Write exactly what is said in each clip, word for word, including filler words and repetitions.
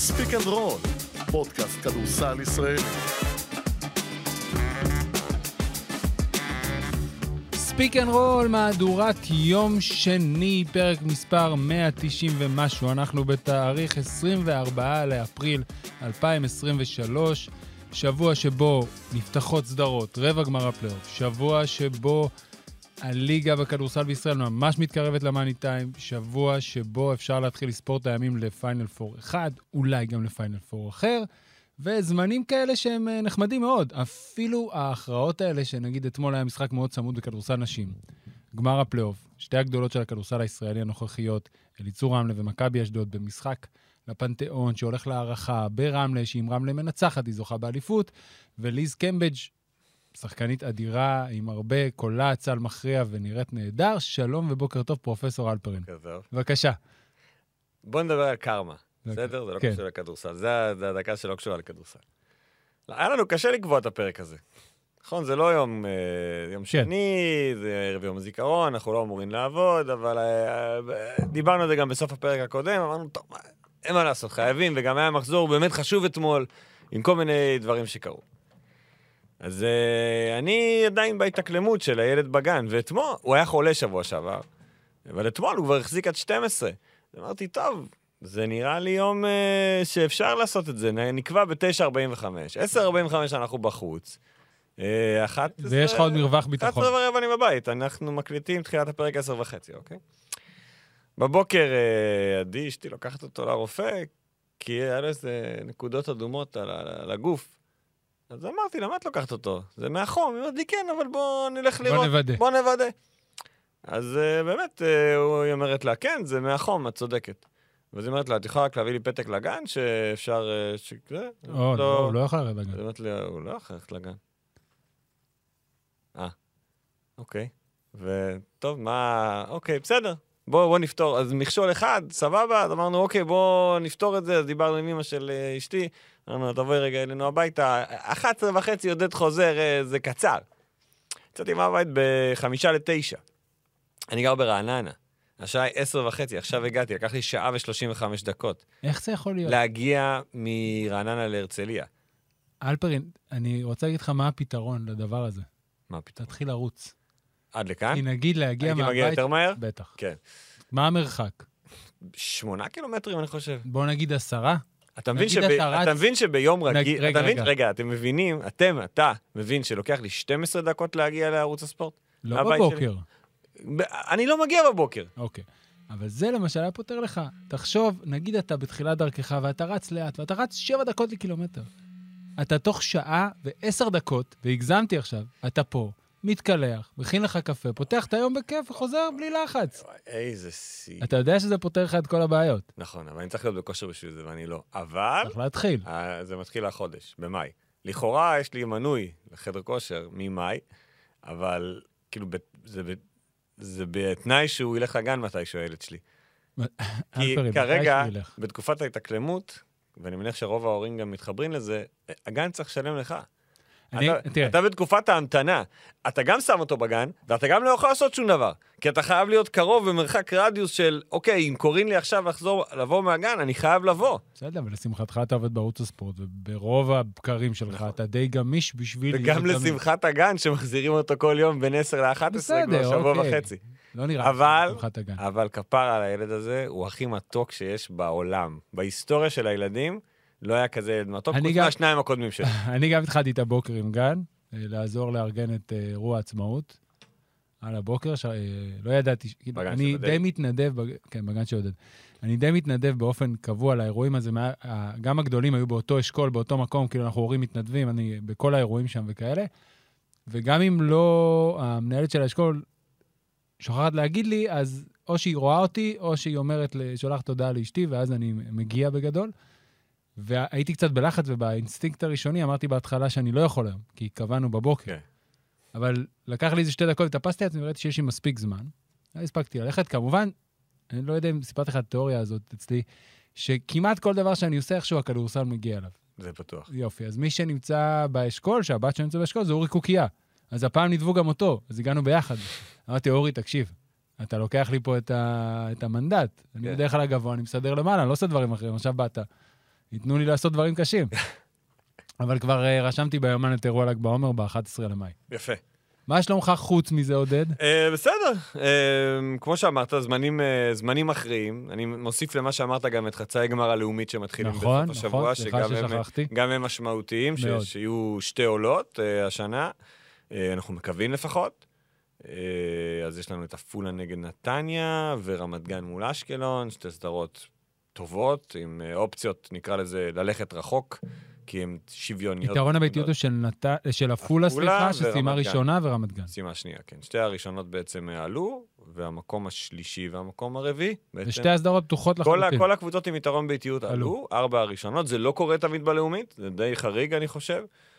ספיק אנד רול, פודקאסט כדורסל ישראלי. ספיק אנד רול, מהדורת יום שני, פרק מספר מאה תשעים ומשהו. אנחנו בתאריך עשרים וארבעה לאפריל אלפיים עשרים ושלוש, שבוע שבו נפתחות סדרות, רבע גמר הפלייאוף, שבוע שבו הליגה בכדורסל בישראל ממש מתקרבת למאני טיים, שבוע שבו אפשר להתחיל לספור את הימים לפיינל פור אחד, אולי גם לפיינל פור אחר, וזמנים כאלה שהם נחמדים מאוד. אפילו ההכרעות האלה, שנגיד אתמול היה משחק מאוד צמוד בכדורסל נשים, גמר הפלייאוף, שתי הגדולות של הכדורסל הישראלי הנוכחיות, אליצור רמלה ומכבי אשדוד, במשחק לפנתיאון שהולך להערכה ברמלה, שאם רמלה מנצחת היא זוכה באליפות, וליז קמבג' שחקנית אדירה עם הרבה קולה, צל מכריע ונראית נהדר. שלום ובוקר טוב, פרופסור אלפרין. בבקשה. בוא נדבר על קרמה. בסדר? זה לא קשור לכדורסל. זה הדקה שלא קשורה לכדורסל. היה לנו קשה לקבוע את הפרק הזה. נכון, זה לא יום שני, זה ערב יום הזיכרון, אנחנו לא אמורים לעבוד, אבל דיברנו על זה גם בסוף הפרק הקודם, אמרנו, טוב, אין מה לעשות, חייבים, וגם היה מחזור באמת חשוב אתמול, עם כל מיני דברים שקרו. אז uh, אני עדיין בהתאקלמות של הילד בגן, ואתמול, הוא היה חולה שבוע שעבר, אבל אתמול הוא כבר החזיק עד שתים עשרה. אמרתי, טוב, זה נראה לי יום uh, שאפשר לעשות את זה, נקבע ב-תשע ארבעים וחמש. עשר ארבעים וחמש אנחנו בחוץ. Uh, אחת... ויש לך עוד מרווח ביטחון. אחת עשרה ורבע אני בבית, אנחנו מקליטים תחילת הפרק עשר וחצי, אוקיי? בבוקר, uh, עדי, אשתי לוקחת אותו לרופא, כי היה לו איזה נקודות אדומות על, על הגוף. אז אמרתי, למה את לוקחת אותו? זה מהחום. היא אומרת לי, כן, אבל בוא נלך לראות. בוא נוודא. בוא נוודא. אז uh, באמת, uh, היא אומרת לה, כן, זה מהחום, את צודקת. ואז היא אומרת לה, את יכולה רק להביא לי פתק לגן, שאפשר... Uh, ש... או, לא, הוא לא יכול ללכת לגן. היא אומרת לי, הוא לא יכול ללכת לגן. אה, אוקיי. וטוב, מה... אוקיי, בסדר. בוא, בוא נפתור. אז מכשול אחד, סבבה, אז אמרנו, אוקיי, בוא נפתור את זה. אז דיברנו עם אמא של uh, אשתי. אמרנו, תבואי רגע אלינו הביתה, אחת עשרה וחצי עודד חוזר, זה קצר. יצאתי מהבית בחמישה לתשע. אני גר ברעננה. השעה היא עשר וחצי, עכשיו הגעתי, לקח לי שעה ושלושים וחמש דקות. איך זה יכול להיות? להגיע מרעננה להרצליה. אלפרין, אני רוצה להגיד לך מה הפתרון לדבר הזה. מה הפתרון? תתחיל לרוץ. עד לכאן? כי נגיד להגיע מהבית... הייתי מגיע יותר מהר? בטח. כן. מה המרחק? שמונה קילומטרים, אני חושב. בוא נגיד עשרה. אתה מבין, שב... אתה, אתה מבין שביום רגיל... רגע, אתה מבין... רגע. רגע, אתם מבינים, אתם, אתה מבין שלוקח לי שתים עשרה דקות להגיע לערוץ הספורט? לא בבוקר. ב... אני לא מגיע בבוקר. אוקיי. אבל זה למשל היה פותר לך. תחשוב, נגיד אתה בתחילת דרכך ואתה רץ לאט, ואתה רץ שבע דקות לקילומטר. אתה תוך שעה ועשר דקות, והגזמתי עכשיו, אתה פה, מתקלח, מכין לך קפה, פותח את היום בכיף וחוזר בלי לחץ. איזה סי. אתה יודע שזה פותר לך את כל הבעיות. נכון, אבל אני צריך להיות בכושר בשביל זה, ואני לא. אבל... צריך להתחיל. זה מתחיל החודש, במאי. לכאורה יש לי מנוי לחדר כושר ממאי, אבל כאילו זה, זה בתנאי שהוא ילך לגן מתי שואלת שלי. כי כרגע, בתקופת ההתאקלמות, ואני מניח שרוב ההורים גם מתחברים לזה, הגן צריך לשלם לך. אני, אתה, אתה בתקופת ההמתנה, אתה גם שם אותו בגן, ואתה גם לא יכול לעשות שום דבר, כי אתה חייב להיות קרוב במרחק רדיוס של, אוקיי, אם קוראים לי עכשיו לחזור, לבוא מהגן, אני חייב לבוא. בסדר, ולשמחתך אתה עובד בערוץ הספורט, וברוב הבקרים שלך נכון. אתה די גמיש בשביל... וגם לשמחת הגן, שמחזירים אותו כל יום בין עשר לאחת עשרה, כבר שבוע אוקיי. וחצי. לא נראה אבל, אבל כפר על הילד הזה, הוא הכי מתוק שיש בעולם. בהיסטוריה של הילדים, לא היה כזה מתוק, חוץ מהשניים הקודמים שלי. אני גם התחלתי את הבוקר עם גן, לעזור לארגן את אירוע העצמאות. על הבוקר, לא ידעתי, אני די מתנדב, כן, בגן שעודד. אני די מתנדב באופן קבוע לאירועים הזה, גם הגדולים היו באותו אשכול, באותו מקום, כאילו אנחנו הורים מתנדבים, אני בכל האירועים שם וכאלה, וגם אם לא, המנהלת של האשכול שוכחת להגיד לי, אז או שהיא רואה אותי, או שהיא אומרת, שולחת תודה לאשתי, ואז אני מגיע בגדול. והייתי קצת בלחץ, ובאינסטינקט הראשוני אמרתי בהתחלה שאני לא יכול היום, כי קבענו בבוקר. Okay. אבל לקח לי איזה שתי דקות, התאפסתי עצמי, וראיתי שיש לי מספיק זמן. הספקתי ללכת, כמובן, אני לא יודע אם סיפרתי לך את התיאוריה הזאת אצלי, שכמעט כל דבר שאני עושה, איכשהו הכדורסל מגיע אליו. זה פתוח. יופי, אז מי שנמצא באשכול, שהבת שנמצא באשכול, זה אורי קוקיה. אז הפעם נדבו גם אותו, אז הגענו ביחד. אמרתי, אורי, תקשיב, אתה לוקח לי פה את, ה... את המנדט. אני בדרך כלל הגבוה, אני מסדר למעלה, אני לא עושה דברים אחרים, עכשיו באת. ייתנו לי לעשות דברים קשים. אבל כבר רשמתי ביומן את אירוע ל"ג בעומר ב-אחד עשר למאי. יפה. מה שלומך חוץ מזה, עודד? בסדר. כמו שאמרת, זמנים מכריעים. אני מוסיף למה שאמרת גם את חצאי גמר הלאומית שמתחילים בסוף השבוע, שגם הם משמעותיים, שיהיו שתי עולות השנה. אנחנו מקווים לפחות. אז יש לנו את עפולה נגד נתניה, ורמת גן מול אשקלון, שתי סדרות טובות, עם אופציות, נקרא לזה, ללכת רחוק, כי הם שוויוניות. יתרון הביתיות הוא של עפולה, סליחה, שסיימה ראשונה ורמת גן. סיימה שנייה, כן. שתי הראשונות בעצם עלו, והמקום השלישי והמקום הרביעי. ושתי הסדרות פתוחות לחלוטין. כל הקבוצות עם יתרון ביתיות עלו, ארבע הראשונות, זה לא קורה תמיד בלאומית, זה די חריג, אני חושב.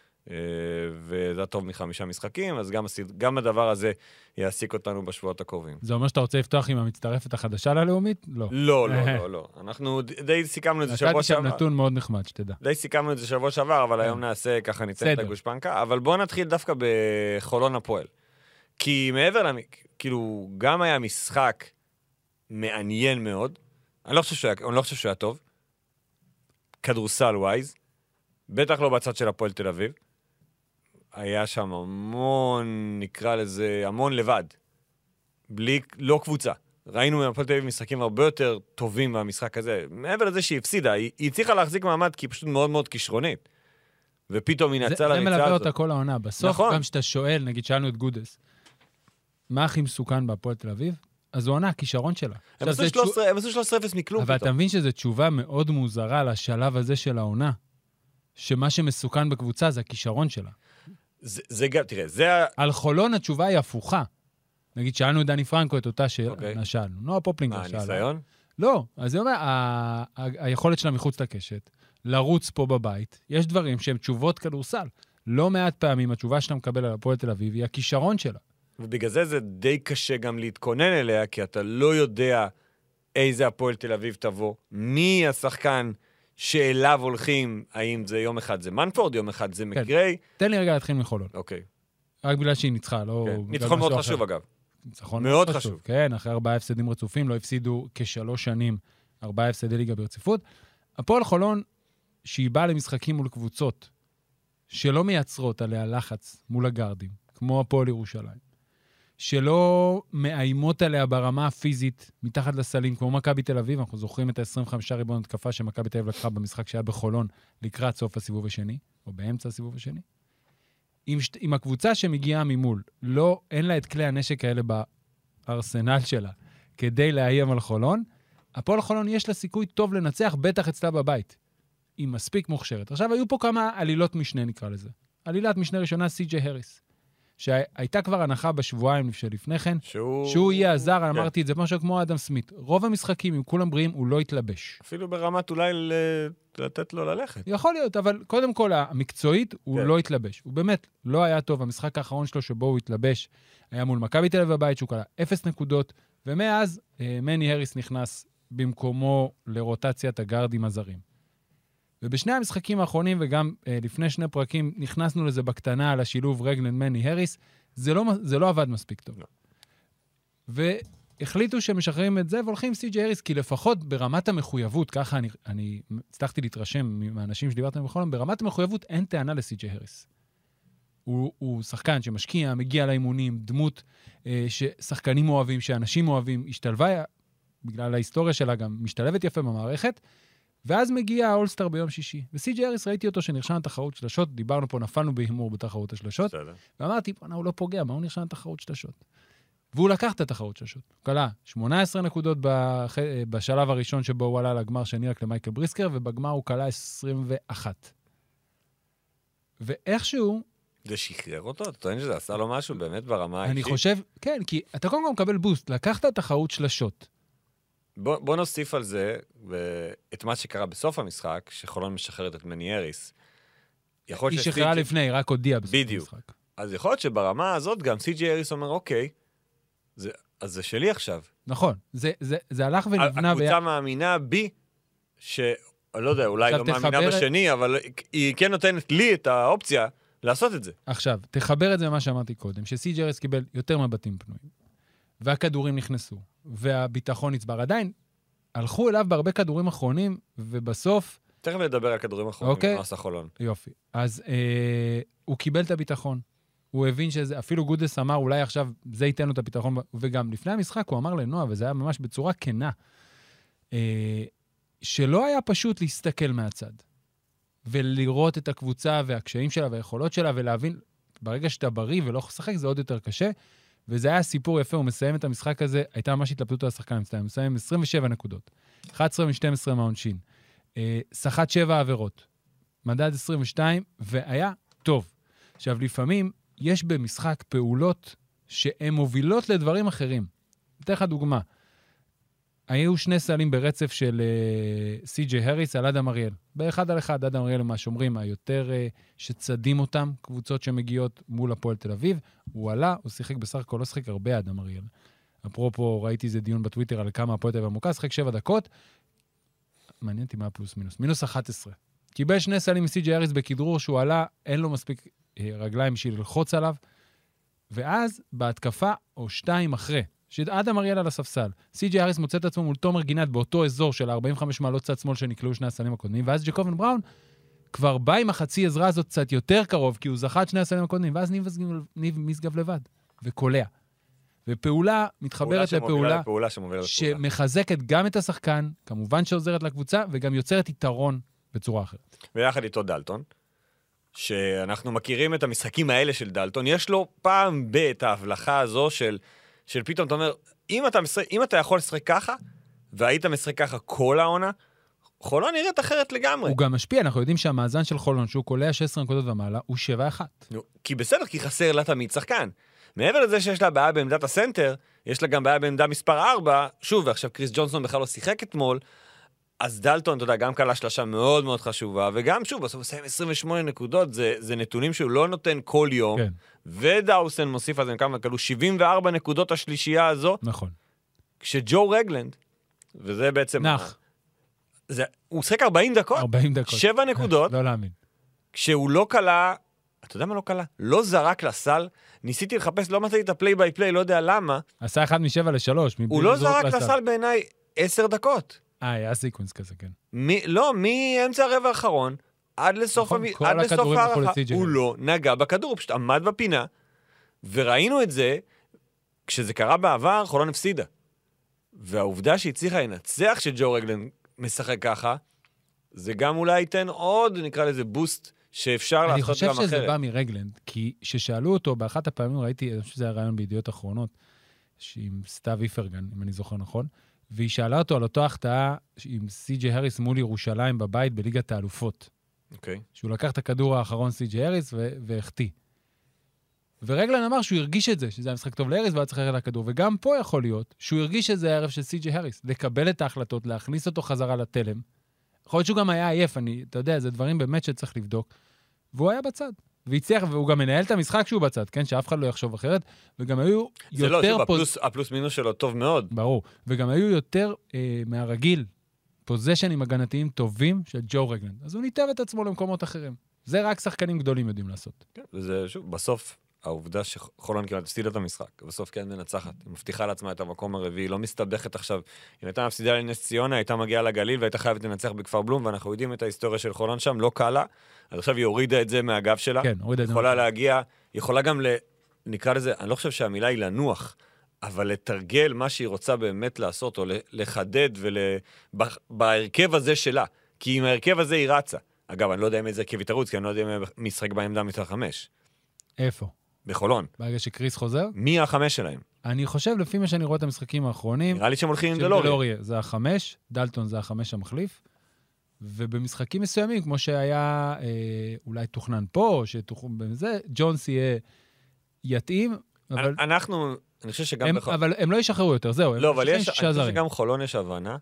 וזה טוב מחמישה משחקים, אז גם, גם הדבר הזה יעסיק אותנו בשבועות הקרובים. זה אומר שאתה רוצה לפתוח עם המצטרפת החדשה ללאומית? לא. לא, לא, לא, לא. אנחנו די סיכמנו את זה שבוע שעבר. נתתי שם נתון מאוד נחמד, שתדע. די סיכמנו את זה שבוע שעבר, אבל היום נעשה, ככה ניתן את הגושפנקה. אבל בואו נתחיל דווקא בחולון הפועל. כי מעבר לה, כאילו, גם היה משחק מעניין מאוד. אני לא חושב שהוא היה, אני לא חושב שהוא היה טוב. כדורסל ווייז. בטח לא בצד של הפועל תל אביב. היה שם המון, נקרא לזה, המון לבד. בלי, לא קבוצה. ראינו מהפועל תל אביב משחקים הרבה יותר טובים מהמשחק הזה. מעבר לזה שהיא הפסידה, היא, היא הצליחה להחזיק מעמד כי היא פשוט מאוד מאוד כישרונית. ופתאום היא נצאה לריצה הזאת. זה מלווה אותה כל העונה. בסוף נכון. גם שאתה שואל, נגיד שאלנו את גודס, מה הכי מסוכן בהפועל תל אביב? אז הוא עונה, הכישרון שלה. הם עשו שלוש עשרה אפס מכלום אבל פתאום. אתה מבין שזו תשובה מאוד מוזרה לשלב הזה של העונה. שמה שמסוכן בקבוצה זה הכישרון שלה. זה, זה גם, תראה, זה... על חולון התשובה היא הפוכה. נגיד, שאלנו את דני פרנקו את אותה שאלה, שאלנו. נועה פופלינגר שאלה. מה, ניסיון? לא, אז זה אומר, ה- ה- היכולת שלה מחוץ לקשת, לרוץ פה בבית, יש דברים שהם תשובות כדורסל. לא מעט פעמים התשובה שאתה מקבל על הפועל תל אביב היא הכישרון שלה. ובגלל זה זה די קשה גם להתכונן אליה, כי אתה לא יודע איזה הפועל תל אביב תבוא, מי השחקן שאליו הולכים, האם זה יום אחד זה מנפורד, יום אחד זה מקריי. תן לי רגע להתחיל מחולון. אוקיי. רק בגלל שהיא ניצחה, לא... ניצחון מאוד חשוב, אגב. ניצחון מאוד חשוב. כן, אחרי ארבעה הפסדים רצופים, לא הפסידו כשלוש שנים, ארבעה הפסדי ליגה ברציפות. הפועל חולון, שהיא באה למשחקים מול קבוצות, שלא מייצרות עליה לחץ מול הגארדים, כמו הפועל ירושלים, שלא מאיימות עליה ברמה הפיזית מתחת לסלים, כמו מכבי תל אביב, אנחנו זוכרים את ה-עשרים וחמישה ריבון התקפה שמכבי תל אביב לקחה במשחק שהיה בחולון לקראת סוף הסיבוב השני, או באמצע הסיבוב השני. עם, שת... עם הקבוצה שמגיעה ממול, לא, אין לה את כלי הנשק האלה בארסנל שלה, כדי לאיים על חולון, הפועל חולון יש לה סיכוי טוב לנצח, בטח אצלה בבית. היא מספיק מוכשרת. עכשיו, היו פה כמה עלילות משנה, נקרא לזה. עלילת משנה ראשונה, סי.ג'יי הריס. שהייתה כבר הנחה בשבועיים שלפני כן, שהוא, שהוא יהיה הזר, כן. אמרתי את זה משהו כמו אדם סמית. רוב המשחקים, אם כולם בריאים, הוא לא יתלבש. אפילו ברמת אולי ל... לתת לו ללכת. יכול להיות, אבל קודם כל, המקצועית, הוא כן. לא יתלבש. הוא באמת לא היה טוב. המשחק האחרון שלו שבו הוא יתלבש, היה מול מכבי תל אביב בבית, שהוא קלה אפס נקודות, ומאז מני הריס נכנס במקומו לרוטציית הגארדים הזרים. ובשני המשחקים האחרונים, וגם אה, לפני שני פרקים, נכנסנו לזה בקטנה על השילוב רגלנד מני הריס, זה לא, זה לא עבד מספיק טוב. לא. והחליטו שמשחררים את זה, והולכים עם סי.ג'יי הריס, כי לפחות ברמת המחויבות, ככה אני, אני הצלחתי להתרשם מהאנשים שדיברתם בכל, ברמת המחויבות אין טענה לסי.ג'יי הריס. הוא, הוא שחקן שמשקיע, מגיע לאימונים, דמות אה, ששחקנים אוהבים, שאנשים אוהבים, השתלבה, בגלל ההיסטוריה שלה גם משתלבת יפה במערכת, ואז מגיע האולסטאר ביום שישי. וסי.ג'יי הריס ראיתי אותו שנרשם לתחרות שלשות, דיברנו פה, נפלנו בהימור בתחרות השלשות, ואמרתי, בוא'נה, הוא לא פוגע, מה הוא נרשם לתחרות שלשות? והוא לקח את התחרות שלשות. הוא קלה שמונה עשרה נקודות בח... בשלב הראשון שבו הוא עלה לגמר שני רק למייקל בריסקר, ובגמר הוא קלה עשרים ואחת. ואיכשהו... זה שחרר אותו? אתה טוען שזה עשה לו משהו באמת ברמה האישית? אני חושב, כן, כי אתה קודם כל מקבל בוסט, לקחת את התחרות שלשות. בוא, בוא נוסיף על זה, את מה שקרה בסוף המשחק, שחולון משחררת את מני הריס. היא שחררה לפני, רק הודיעה בסוף בדיוק. המשחק. אז יכול להיות שברמה הזאת גם סי.ג'יי הריס אומר, אוקיי, זה, אז זה שלי עכשיו. נכון, זה, זה, זה הלך ונבנה... הקבוצה ב... מאמינה בי, ש... אני לא יודע, אולי לא מאמינה תחבר... בשני, אבל היא כן נותנת לי את האופציה לעשות את זה. עכשיו, תחבר את זה למה שאמרתי קודם, שסי.ג'יי הריס קיבל יותר מבתים פנויים. והכדורים נכנסו, והביטחון נצבר. עדיין, הלכו אליו בהרבה כדורים אחרונים, ובסוף... תכף נדבר על כדורים אחרונים, אוקיי. נעשה חולון. יופי. אז אה, הוא קיבל את הביטחון. הוא הבין שזה, אפילו גודס אמר, אולי עכשיו זה ייתן לו את הביטחון, וגם לפני המשחק הוא אמר לנועה, וזה היה ממש בצורה כנה, אה, שלא היה פשוט להסתכל מהצד, ולראות את הקבוצה והקשיים שלה והיכולות שלה, ולהבין, ברגע שאתה בריא ולא שחק, זה עוד יותר קשה, וזה היה סיפור יפה, הוא מסיים את המשחק הזה, הייתה ממש התלבטות על השחקן, הוא מסיים עשרים ושבע נקודות, אחת עשרה משתים עשרה מהעונשין, אה, שחט שבע עבירות, מדד עשרים ושתיים, והיה טוב. עכשיו, לפעמים יש במשחק פעולות שהן מובילות לדברים אחרים. אתן לך דוגמה. היו שני סלים ברצף של uh, סי ג'יי הריס על אדם אריאל. באחד על אחד, אדם אריאל, מה שאומרים, היותר uh, שצדים אותם, קבוצות שמגיעות מול הפועל תל אביב. הוא עלה, הוא שיחק בסך הכל, לא שיחק הרבה אדם אריאל. אפרופו, ראיתי איזה דיון בטוויטר על כמה הפועל תל אביב המוקע, שיחק שבע דקות. מעניין אותי מה פלוס מינוס. מינוס אחת עשרה. קיבל שני סלים מסי ג'יי הריס בכדרור שהוא עלה, אין לו מספיק רגליים בשביל ללחוץ עליו, ואז בהתקפה או שתיים אחרי, שאדם אריאל על הספסל, סי ג'יי הריס מוצא את עצמו מול תומר גינת באותו אזור של ארבעים וחמש מעלות צד שמאל שנקלעו שני הסלים הקודמים, ואז ג'קובן בראון כבר בא עם החצי עזרה הזאת קצת יותר קרוב, כי הוא זכה את שני הסלים הקודמים, ואז ניב, ניב משגב לבד, וקולע. ופעולה מתחברת לפעולה, לפעולה שמחזקת גם את השחקן, כמובן שעוזרת לקבוצה, וגם יוצרת יתרון בצורה אחרת. ויחד איתו דלטון, שאנחנו מכירים את המשחקים האלה של דלטון, יש לו פעם בית ההבלחה הזו של, של פתאום, אתה אומר, אם אתה, משחק, אם אתה יכול לשחק ככה, והיית משחק ככה כל העונה, חולון נראית אחרת לגמרי. הוא גם משפיע, אנחנו יודעים שהמאזן של חולון, שהוא קולע שש עשרה נקודות ומעלה, הוא שבע אחת. כי בסדר, כי חסר לה תמיד שחקן. מעבר לזה שיש לה בעיה בעמדת הסנטר, יש לה גם בעיה בעמדה מספר ארבע, שוב, ועכשיו קריס ג'ונסון בכלל לא שיחק אתמול, אז דלטון, אתה יודע, גם קלה שלושה מאוד מאוד חשובה, וגם שוב, בסוף עושה עשרים ושמונה נקודות, זה, זה נתונים שהוא לא נותן כל יום, כן. ודאוסן מוסיף על זה כמה קלו, שבעים וארבע נקודות השלישייה הזו, נכון. כשג'ו רגלנד, וזה בעצם... נח. זה, הוא שחק ארבעים דקות, ארבעים דקות. שבע נקודות, לא להאמין. כשהוא לא קלה, אתה יודע מה לא קלה? לא זרק לסל, ניסיתי לחפש, לא מצאתי את הפליי ביי פליי, לא יודע למה. עשה אחד משבע לשלוש. הוא לא זרק לסל בעיניי עשר דקות. אה, היה סיקוונס כזה, כן. מי, לא, מאמצע הרבע האחרון, עד לסוף, נכון, המ... עד לסוף הערכה, הוא לא נגע בכדור, הוא פשוט עמד בפינה, וראינו את זה, כשזה קרה בעבר, חולון הפסידה. והעובדה שהצליחה לנצח שג'ו רגלן משחק ככה, זה גם אולי ייתן עוד, נקרא לזה בוסט, שאפשר לעשות גם אחרת. אני חושב שזה בא מרגלנד, כי ששאלו אותו, באחת הפעמים ראיתי, אני חושב שזה היה רעיון בידיעות אחרונות, עם סתיו איפרגן, אם אני זוכר נכון, והיא שאלה אותו על אותו החטאה עם סי ג'יי הריס מול ירושלים בבית בליגת האלופות. אוקיי. שהוא לקח את הכדור האחרון סי ג'יי הריס והחטיא. ורגלן אמר שהוא הרגיש את זה, שזה היה משחק טוב להריס והיה צריך לרדת לכדור, וגם פה יכול להיות שהוא הרגיש את זה הערב של סי ג'יי הריס, לקבל את ההחלטות, להכניס אותו חזרה לתלם. יכול להיות שהוא גם היה עייף, אני, אתה יודע, זה דברים באמת שצריך לבדוק. והוא היה בצד. והצליח, והוא גם מנהל את המשחק שהוא בצד, כן? שאף אחד לא יחשוב אחרת, וגם היו יותר... זה לא, שוב, פוז... הפלוס, הפלוס מינוס שלו טוב מאוד. ברור. וגם היו יותר אה, מהרגיל, פוזיישנים הגנתיים טובים של ג'ו רגלנד. אז הוא ניתב את עצמו למקומות אחרים. זה רק שחקנים גדולים יודעים לעשות. כן, וזה, שוב, בסוף, העובדה שחולון כמעט הפסידה את המשחק, בסוף כן מנצחת, היא מבטיחה לעצמה את המקום הרביעי, לא מסתבכת עכשיו. אם הייתה מפסידה לנס ציונה, הייתה מגיעה לגליל והייתה חייבת לנצח בכפר בלום, ואנחנו יודעים את ההיסטוריה של חולון שם, לא קלה. אז עכשיו היא הורידה את זה מהגב שלה. כן, הורידה את זה. יכולה להגיע, יכולה גם ל... נקרא לזה, אני לא חושב שהמילה היא לנוח, אבל לתרגל מה שהיא רוצה באמת לעשות, או לחדד ול... בהרכב הזה שלה. כי עם ההרכב הזה היא רצה. אגב, אני לא יודע אם איזה הרכב יתרוץ, כי אני לא יודע אם משחק בעמדה מתחת חמש. איפה? בחולון. ברגע שקריס חוזר? מי החמש שלהם? אני חושב, לפי מה שאני רואה את המשחקים האחרונים... נראה לי שהם הולכים עם דלוריה. דלוריה זה החמש, דלטון זה החמש המחליף, ובמשחקים מסוימים, כמו שהיה אה, אולי תוכנן פה, שתוכנן בזה, ג'ונס יהיה יתאים, אבל... אנחנו, אני חושב שגם... הם, בח... אבל הם לא ישחררו יותר, זהו. לא, אבל יש, אני חושב שגם חולון יש הבנה,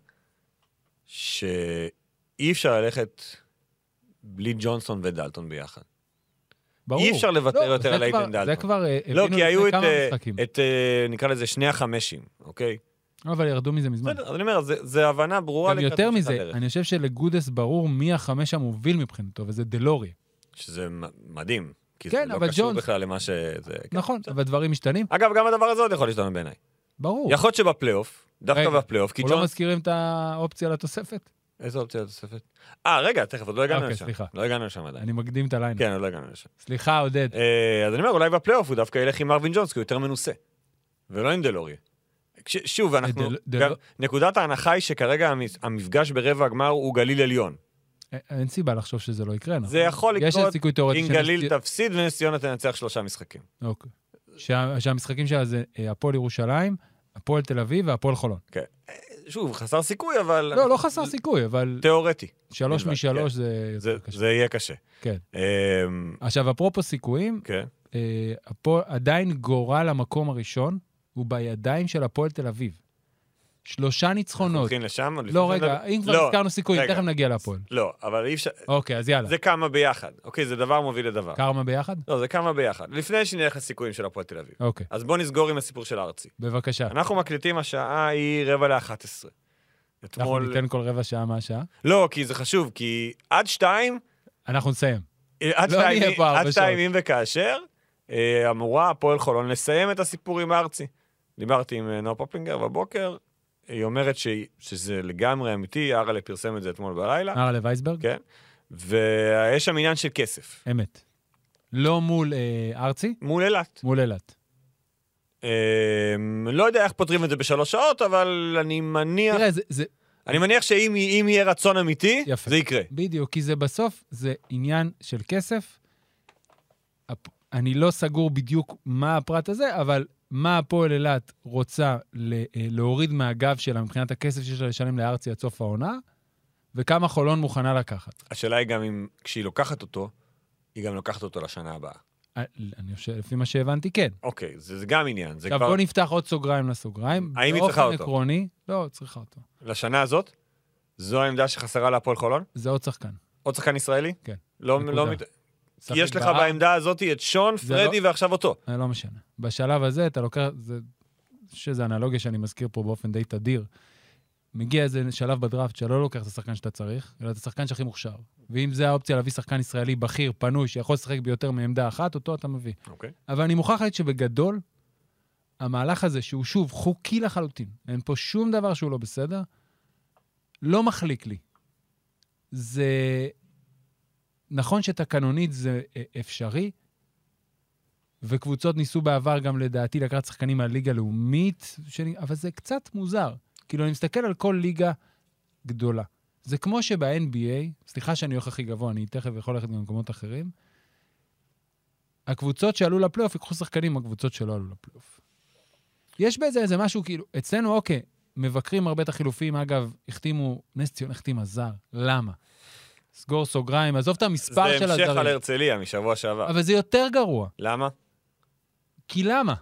שאי אפשר ללכת בלי ג'ונסון ודלטון ביחד. ברור. אי אפשר לוותר לא, יותר על איידן דלטון. זה כבר לא, כי היו את, את, נקרא לזה, שני החמשים, אוקיי? אבל ירדו מזה מזמן. בסדר, אז אני אומר, זה, זה הבנה ברורה. גם יותר מזה, הדרך. אני חושב שלגודס ברור מי החמש המוביל מבחינתו, וזה דלוריה. שזה מדהים. כי כן, זה אבל לא קשור ג'ונס... בכלל למה שזה... נכון, כן, אבל דברים משתנים. אגב, גם הדבר הזה עוד יכול להשתנות בעיניי. ברור. יכול להיות שבפלייאוף, דווקא בפלייאוף, כי ג'ונס... לא מזכירים את האופציה לתוספת? איזו אופציה לתוספת? אה, רגע, תכף, עוד לא הגענו לשם. סליחה. לא הגענו לשם עדיין. אני מקדים את הליין. כן, עוד לא הגענו לשם. סליחה, עודד. אז אני אומר, אולי בפלייאוף הוא דווקא ילך עם מרווין ג'ונס, כי הוא יותר מנוסה. ולא עם דלוריה. שוב, אנחנו... נקודת ההנחה היא שכרגע המפגש ברבע הגמר הוא גליל עליון. אין סיבה לחשוב שזה לא יקרה, נכון? זה יכול לקרות אם גליל תפסיד ונס ציונה תנצח שלושה משחקים. אוקיי. שהמשחקים שלה זה הפועל ירושלים, הפועל תל אביב והפועל חולון. כן. שוב, חסר סיכוי, אבל... לא, לא חסר סיכוי, אבל... תיאורטי. שלוש משלוש זה... זה יהיה קשה. כן. עכשיו, אפרופו סיכויים, עדיין גורל המקום הראשון הוא בידיים של הפועל תל אביב. שלושה ניצחונות. הולכים לשם? לא, רגע, אם כבר הזכרנו סיכויים, תכף נגיע להפועל. לא, אבל אי אפשר... אוקיי, אז יאללה. זה כמה ביחד. אוקיי, זה דבר מוביל לדבר. כמה ביחד? לא, זה כמה ביחד. לפני שנלך לסיכויים של הפועל תל אביב. אוקיי. אז בוא נסגור עם הסיפור של ארצי. בבקשה. אנחנו מקליטים, השעה היא רבע לאחת עשרה. אנחנו ניתן כל רבע שעה מהשעה? לא, כי זה חשוב, כי עד שתיים... אנחנו נסיים. עד שתיים, אם וכאשר, אמורה הפועל חולון לסיים את הסיפור עם ארצי. דיברתי עם נאור פופלינגר בבוקר, היא אומרת ש... שזה לגמרי אמיתי, ארלה פרסם את זה אתמול בלילה. ארלה וייסברג? כן. ויש שם עניין של כסף. אמת. לא מול אה, ארצי? מול אלת. מול אלת. אה, לא יודע איך פותרים את זה בשלוש שעות, אבל אני מניח... תראה, זה... זה... אני מניח שאם אם יהיה רצון אמיתי, יפה. זה יקרה. בדיוק, כי זה בסוף, זה עניין של כסף. אני לא סגור בדיוק מה הפרט הזה, אבל... מה הפועל אילת רוצה להוריד מהגב שלה מבחינת הכסף שיש לה לשלם לארצי עד סוף העונה, וכמה חולון מוכנה לקחת. השאלה היא גם אם, כשהיא לוקחת אותו, היא גם לוקחת אותו לשנה הבאה. אני חושב, לפי מה שהבנתי, כן. אוקיי, זה, זה גם עניין. עכשיו כבר... בוא נפתח עוד סוגריים לסוגריים. האם היא צריכה אותו? עקרוני, לא, צריכה אותו. לשנה הזאת? זו העמדה שחסרה להפועל חולון? זה עוד שחקן. עוד שחקן ישראלי? כן. לא, לא מת... כי יש לך בעמדה הזאת את שון, פרדי לא... ועכשיו אותו. זה לא משנה. בשלב הזה אתה לוקח, זה... שזה אנלוגיה שאני מזכיר פה באופן די תדיר, מגיע איזה שלב בדראפט שלא לוקח את השחקן שאתה צריך, אלא את השחקן שהכי מוכשר. ואם זה האופציה להביא שחקן ישראלי בכיר, פנוי, שיכול לשחק ביותר מעמדה אחת, אותו אתה מביא. אוקיי. אבל אני מוכרח להגיד שבגדול, המהלך הזה, שהוא שוב חוקי לחלוטין, אין פה שום דבר שהוא לא בסדר, לא מחליק לי. זה... נכון שתקנונית זה אפשרי, וקבוצות ניסו בעבר גם לדעתי לקראת שחקנים מהליגה הלאומית, שאני, אבל זה קצת מוזר. כאילו, אני מסתכל על כל ליגה גדולה. זה כמו שב-אן בי איי, סליחה שאני הולך הכי גבוה, אני תכף יכול ללכת במקומות אחרים, הקבוצות שעלו לפלייאוף יקחו שחקנים מהקבוצות שלא עלו לפלייאוף. יש בזה איזה משהו, כאילו, אצלנו, אוקיי, מבקרים הרבה את החילופים, אגב, החתימו, נס ציון החתימה זר. למה? סגור סוגריים, עזוב את המספר של הזרים. זה המשך על הרצליה משבוע שעבר. אבל זה יותר גרוע. למה? כי למה?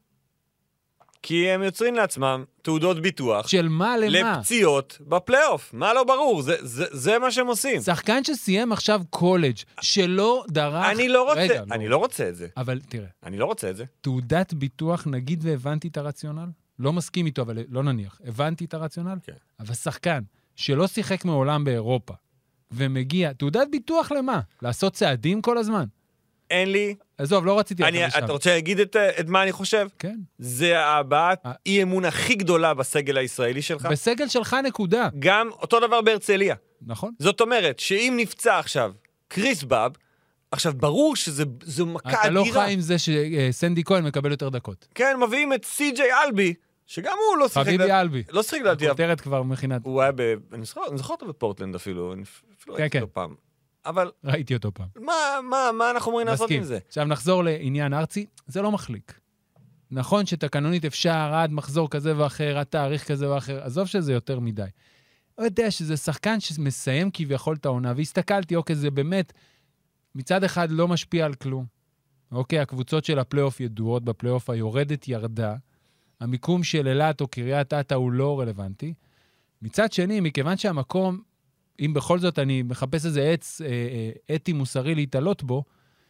כי הם יוצרים לעצמם תעודות ביטוח. של מה למה? לפציעות בפלייאוף. מה לא ברור? זה, זה, זה מה שהם עושים. שחקן שסיים עכשיו קולג' שלא דרך... אני לא רוצה, רגע, אני לא. לא רוצה את זה. אבל תראה. אני לא רוצה את זה. תעודת ביטוח, נגיד והבנתי את הרציונל? לא מסכים איתו, אבל לא נניח. הבנתי את הרציונל? כן. אבל שחקן שלא שיחק מעולם באירופה, ומגיע, תעודת ביטוח למה? לעשות צעדים כל הזמן? אין לי... עזוב, לא רציתי... אני, אתה רוצה להגיד את, את מה אני חושב? כן. זה הבעת אי אמון הכי גדולה בסגל הישראלי שלך. בסגל שלך נקודה. גם אותו דבר בהרצליה. נכון. זאת אומרת, שאם נפצע עכשיו קריס באב, עכשיו ברור שזו מכה אדירה. אתה לא חי עם זה שסנדי כהן מקבל יותר דקות. כן, מביאים את סי.ג'יי אלבי, שגם הוא לא שיחק... חביבי אלבי. לא שיחק לדעתי. הכותרת כבר מכינת. הוא היה ב... אני זוכר אותו בפורטלנד אפילו. אפילו כן, כן. פעם. אבל... ראיתי אותו פעם. מה, מה, מה אנחנו אומרים לעשות עם זה? עכשיו נחזור לעניין ארצי, זה לא מחליק. נכון שתקנונית אפשר עד מחזור כזה ואחר, עד תאריך כזה ואחר, עזוב שזה יותר מדי. לא יודע שזה שחקן שמסיים כביכול את העונה, והסתכלתי, אוקיי, זה באמת, מצד אחד לא משפיע על כלום. אוקיי, הקבוצות של הפלייאוף ידועות, בפלייאוף היורדת ירדה, המיקום של אילת או קריית אתא הוא לא רלוונטי. מצד שני, מכיוון שהמקום, אם בכל זאת אני מחפש איזה עץ אה, אה, אתי מוסרי להתעלות בו,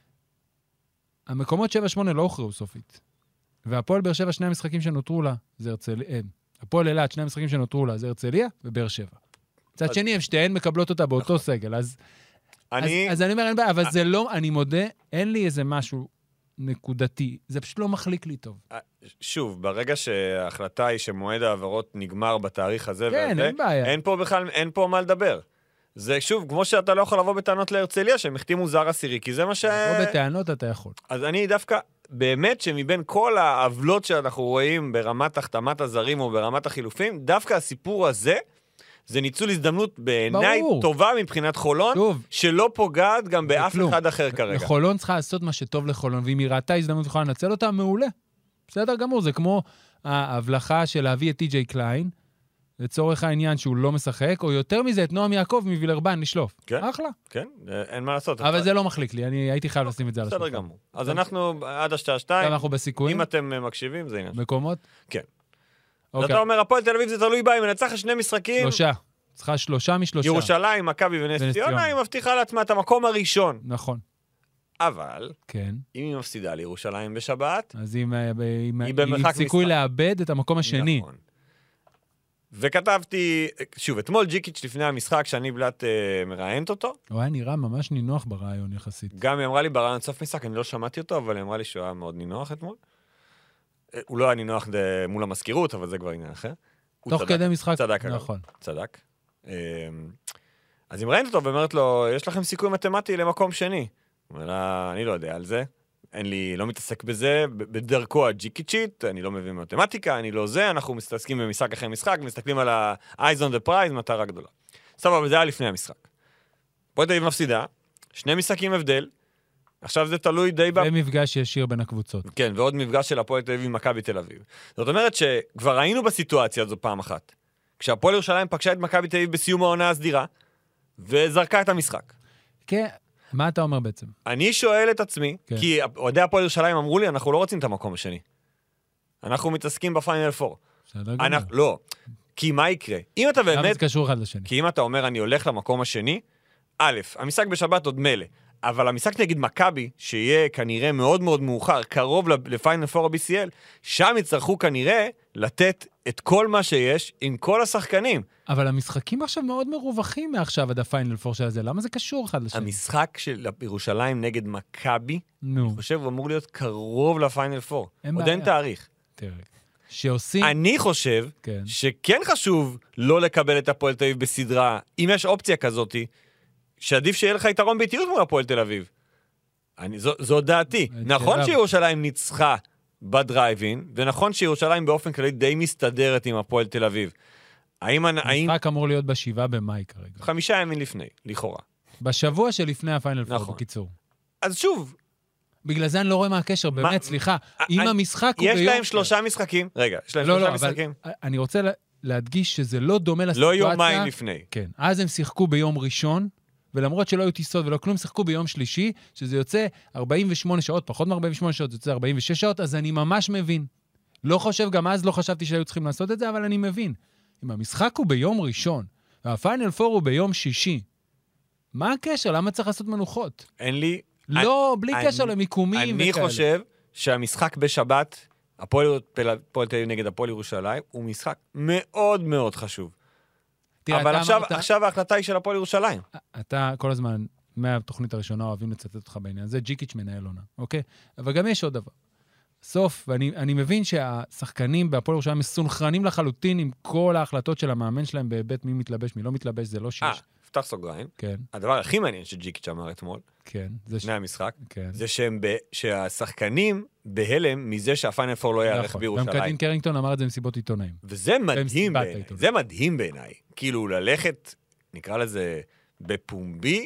המקומות שבע שמונה לא הוכרעו סופית. והפועל באר שבע, שני המשחקים שנותרו לה, זה הרצליה. אה, הפועל אילת, שני המשחקים שנותרו לה, זה הרצליה ובאר שבע. מצד אז... שני, הם שתיהן מקבלות אותה באותו סגל, אז... אני... אז, אז אני אומר, אין בעיה, אבל זה לא, אני מודה, אין לי איזה משהו נקודתי. זה פשוט לא מחליק לי טוב. שוב, ברגע שההחלטה היא שמועד העברות נגמר בתאריך הזה, כן, והזה, אין בעיה. אין פה בכלל, אין פה מה לדבר. זה שוב, כמו שאתה לא יכול לבוא בטענות להרצליה, שהם החתימו זר עשירי, כי זה מה ש... לא בטענות אתה יכול. אז אני דווקא, באמת שמבין כל העוולות שאנחנו רואים ברמת החתמת הזרים או ברמת החילופים, דווקא הסיפור הזה, זה ניצול הזדמנות בעיניי טובה מבחינת חולון, טוב. שלא פוגעת גם באף כלום. אחד אחר כרגע. חולון צריכה לעשות מה שטוב לחולון, ואם היא ראתה הזדמנות יכולה לנצל אותה, מעולה. בסדר גמור, זה כמו ההבלחה של להביא את טי.ג'יי קליין, לצורך העניין שהוא לא משחק, או יותר מזה, את נועם יעקב מווילרבן לשלוף. כן, אחלה. כן, אין מה לעשות. אבל זה לא מחליק לי, אני הייתי חייב לשים את זה על השולחן. בסדר גמור. אז אנחנו עד השעה שתיים. אנחנו בסיכויים. אם אתם מקשיבים, זה עניין. מקומות? כן. אז אתה אומר, הפועל תל אביב זה תלוי בה, אם נצח שני משחקים. שלושה. צריכה שלושה משלושה. ירושלים, מכבי ונס ציונה, היא מבטיחה לעצמה את המקום הראשון. נכון. אבל, כן. אם היא מפסידה לירושלים בשבת, אז היא עם סיכוי לאבד את המקום השני. נכון. וכתבתי, שוב, אתמול ג'יקיץ' לפני המשחק, שאני בלט אה, מראיינת אותו. הוא היה נראה ממש נינוח ברעיון יחסית. גם היא אמרה לי ברעיון סוף משחק, אני לא שמעתי אותו, אבל היא אמרה לי שהוא היה מאוד נינוח אתמול. הוא לא היה נינוח ד... מול המזכירות, אבל זה כבר עניין אחר. תוך כדי משחק. צדק, נכון. צדק. אז היא מראיינת אותו ואומרת לו, יש לכם סיכוי מתמטי למקום שני. הוא אומר לה, אני לא יודע על זה. אין לי, לא מתעסק בזה, בדרכו הג'יקיצ'ית, אני לא מבין מתמטיקה, אני לא זה, אנחנו מסתעסקים במשחק אחרי משחק, מסתכלים על ה-eyes on the prize, מטרה גדולה. סבבה, זה היה לפני המשחק. הפועל תל אביב מפסידה, שני משחקים הבדל, עכשיו זה תלוי די... ומפגש ישיר בין הקבוצות. כן, ועוד מפגש של הפועל תל אביב עם מכבי תל אביב. זאת אומרת שכבר היינו בסיטואציה הזו פעם אחת, כשהפועל ירושלים פגשה את מכבי תל אביב בסיום העונה הסדירה, וזרקה את המשחק. כן. מה אתה אומר בעצם? אני שואל את עצמי, כן. כי אוהדי הפועל ירושלים אמרו לי, אנחנו לא רוצים את המקום השני. אנחנו מתעסקים בפיינל פור. בסדר גמור. לא, כי מה יקרה? אם אתה באמת... גם זה קשור אחד לשני. כי אם אתה אומר, אני הולך למקום השני, א', המשחק בשבת עוד מלא, אבל המשחק נגד מכבי, שיהיה כנראה מאוד מאוד מאוחר, קרוב לפיינל פור ה-בי סי אל, שם יצטרכו כנראה לתת את כל מה שיש עם כל השחקנים. אבל המשחקים עכשיו מאוד מרווחים מעכשיו עד הפיינל פור של זה. למה זה קשור אחד לשני? המשחק של ירושלים נגד מכבי, אני חושב, הוא אמור להיות קרוב לפיינל פור. עוד אין תאריך. תראה. שעושים... אני חושב כן. שכן חשוב לא לקבל את הפועל תל אביב בסדרה, אם יש אופציה כזאת, שעדיף שיהיה לך יתרון באיטיות מול הפועל תל אביב. אני, זו, זו דעתי. נכון שירושלים ניצחה בדרייבין, ונכון שירושלים באופן כללי די מסתדרת עם הפועל תל אביב. האם... המשחק אמור להיות בשבעה במאי כרגע. חמישה ימים לפני, לכאורה. בשבוע שלפני הפיינל פור, נכון. בקיצור. אז שוב... בגלל זה אני לא רואה מה הקשר, באמת, מה... סליחה. אם אני... המשחק הוא יש ביום... יש להם שלושה משחקים. רגע, יש להם לא, שלושה לא, משחקים. אבל אני רוצה להדגיש שזה לא דומה לסיטואציה. לא יומיים לפני. כן. אז הם שיחקו ביום ראשון, ולמרות שלא היו טיסות ולא כלום, שיחקו ביום שלישי, שזה יוצא ארבעים ושמונה שעות, פחות מ-ארבעים ושמונה שעות, זה יוצא ארבעים ושש שעות, אז אני ממש מבין. לא חושב, גם אז לא חשבתי שהיו צריכים לעשות את זה, אבל אני מבין. אם המשחק הוא ביום ראשון, והפיינל פור הוא ביום שישי, מה הקשר? למה צריך לעשות מנוחות? אין לי... לא, בלי קשר למיקומים וכאלה. אני חושב שהמשחק בשבת, הפועל תל אביב נגד הפועל ירושלים, הוא משחק מאוד מאוד חשוב. אבל עכשיו, עכשיו ההחלטה היא של הפועל ירושלים. אתה כל הזמן, מהתוכנית הראשונה, אוהבים לצטט אותך בעניין. זה ג'יקיץ' מנהל עונה, אוקיי? אבל גם יש עוד דבר. סוף, ואני אני מבין שהשחקנים בהפועל ירושלים מסונכרנים לחלוטין עם כל ההחלטות של המאמן שלהם בהיבט מי מתלבש, מי לא מתלבש, זה לא שיש. אה, פתח סוגריים. כן. הדבר הכי מעניין שג'יקיץ' אמר אתמול, כן. לפני המשחק, כן. זה שהם ב... שהשחקנים בהלם מזה שהפיינל פור לא יערך בירושלים. גם קדין קרינגטון אמר את זה מסיבות עיתונאים. וזה מדהים בעיניי. זה מדהים בעיניי. כאילו ללכת, נקרא לזה, בפומבי,